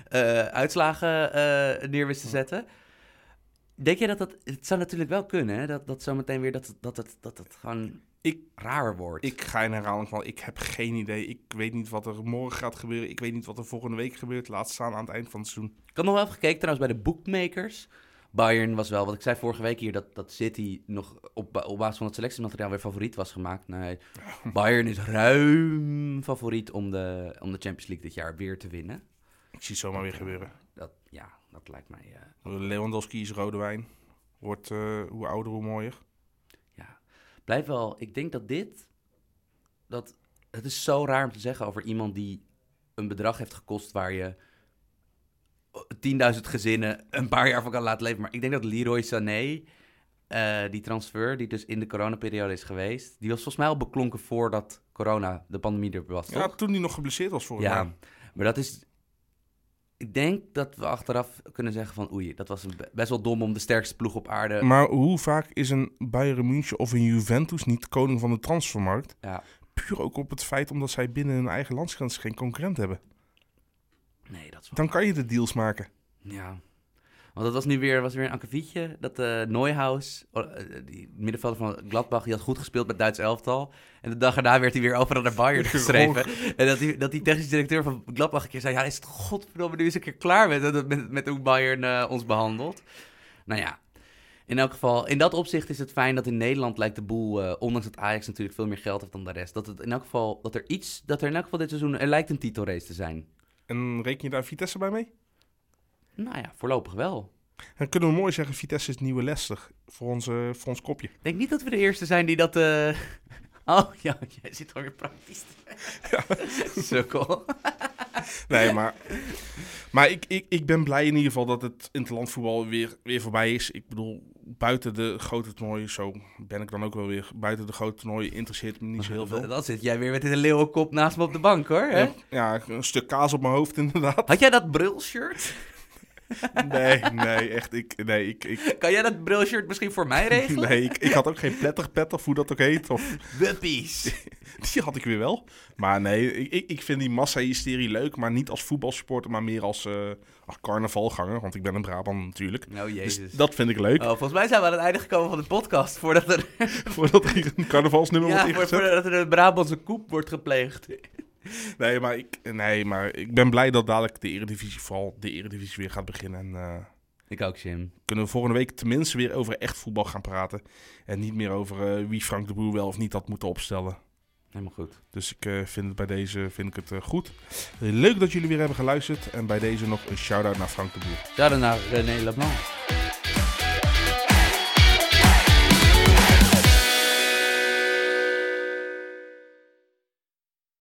uitslagen neer wist te zetten. Denk je dat het zou natuurlijk wel kunnen, hè? Dat zometeen weer dat het gewoon raar wordt. Ik ga in herhaling van, ik heb geen idee. Ik weet niet wat er morgen gaat gebeuren. Ik weet niet wat er volgende week gebeurt. Laat staan aan het eind van het seizoen. Ik had nog wel even gekeken trouwens bij de bookmakers. Bayern was wel, wat ik zei vorige week hier, dat City nog op basis van het selectiemateriaal weer favoriet was gemaakt. Nee, Bayern is ruim favoriet om de Champions League dit jaar weer te winnen. Ik zie het zomaar weer gebeuren. Dat lijkt mij... Lewandowski is rode wijn. Wordt hoe ouder, hoe mooier. Ja, blijf wel... Ik denk dat het is zo raar om te zeggen over iemand die een bedrag heeft gekost waar je 10.000 gezinnen een paar jaar van kan laten leven. Maar ik denk dat Leroy Sané, die transfer die dus in de coronaperiode is geweest, die was volgens mij al beklonken voordat de pandemie er was, toch? Ja, toen hij nog geblesseerd was volgens mij. Ja, maar dat is... Ik denk dat we achteraf kunnen zeggen van oei, dat was best wel dom om de sterkste ploeg op aarde... Maar hoe vaak is een Bayern München of een Juventus niet koning van de transfermarkt? Ja. Puur ook op het feit omdat zij binnen hun eigen landsgrens geen concurrent hebben. Nee, dat is wel... Dan kan je de deals maken. Ja. Want dat was weer een akkefietje. Dat Neuhaus, die middenvelder van Gladbach, die had goed gespeeld met Duits elftal. En de dag erna werd hij weer overal naar Bayern geschreven. En dat die technisch directeur van Gladbach een keer zei... Ja, is het godverdomme nu eens een keer klaar met hoe Bayern ons behandelt? Nou ja, in elk geval, in dat opzicht is het fijn dat in Nederland lijkt de boel... ondanks dat Ajax natuurlijk veel meer geld heeft dan de rest... dat er in elk geval dit seizoen... Er lijkt een titelrace te zijn. En reken je daar Vitesse bij mee? Nou ja, voorlopig wel. Dan kunnen we mooi zeggen, Vitesse is het nieuwe Leicester voor ons kopje. Ik denk niet dat we de eerste zijn die dat... Oh ja, jij zit alweer praktisch. Ja. Sukkel. Nee, maar ik ben blij in ieder geval dat het interlandvoetbal weer voorbij is. Ik bedoel, buiten de grote toernooien, zo ben ik dan ook wel weer. Buiten de grote toernooien interesseert me niet zo heel veel. Dan zit jij weer met een leeuwenkop naast me op de bank, hoor. Hè? Ja, een stuk kaas op mijn hoofd inderdaad. Had jij dat brilshirt? Nee, echt. Kan jij dat brilshirt misschien voor mij regelen? Nee, ik had ook geen pletterpet of hoe dat ook heet. Of... Wuppies. Die had ik weer wel. Maar nee, ik vind die massa-hysterie leuk. Maar niet als voetbalsupporter, maar meer als carnavalganger. Want ik ben een Brabant natuurlijk. Oh jezus. Dus dat vind ik leuk. Oh, volgens mij zijn we aan het einde gekomen van de podcast. Voordat er een carnavalsnummer wordt ingezet. Voordat er een Brabantse koep wordt gepleegd. Nee, maar ik ben blij dat dadelijk de Eredivisie weer gaat beginnen. En, ik ook, Jim. Kunnen we volgende week tenminste weer over echt voetbal gaan praten. En niet meer over wie Frank de Boer wel of niet had moeten opstellen. Helemaal goed. Dus ik vind het goed. Leuk dat jullie weer hebben geluisterd. En bij deze nog een shout-out naar Frank de Boer. Shout-out naar René Leblanc.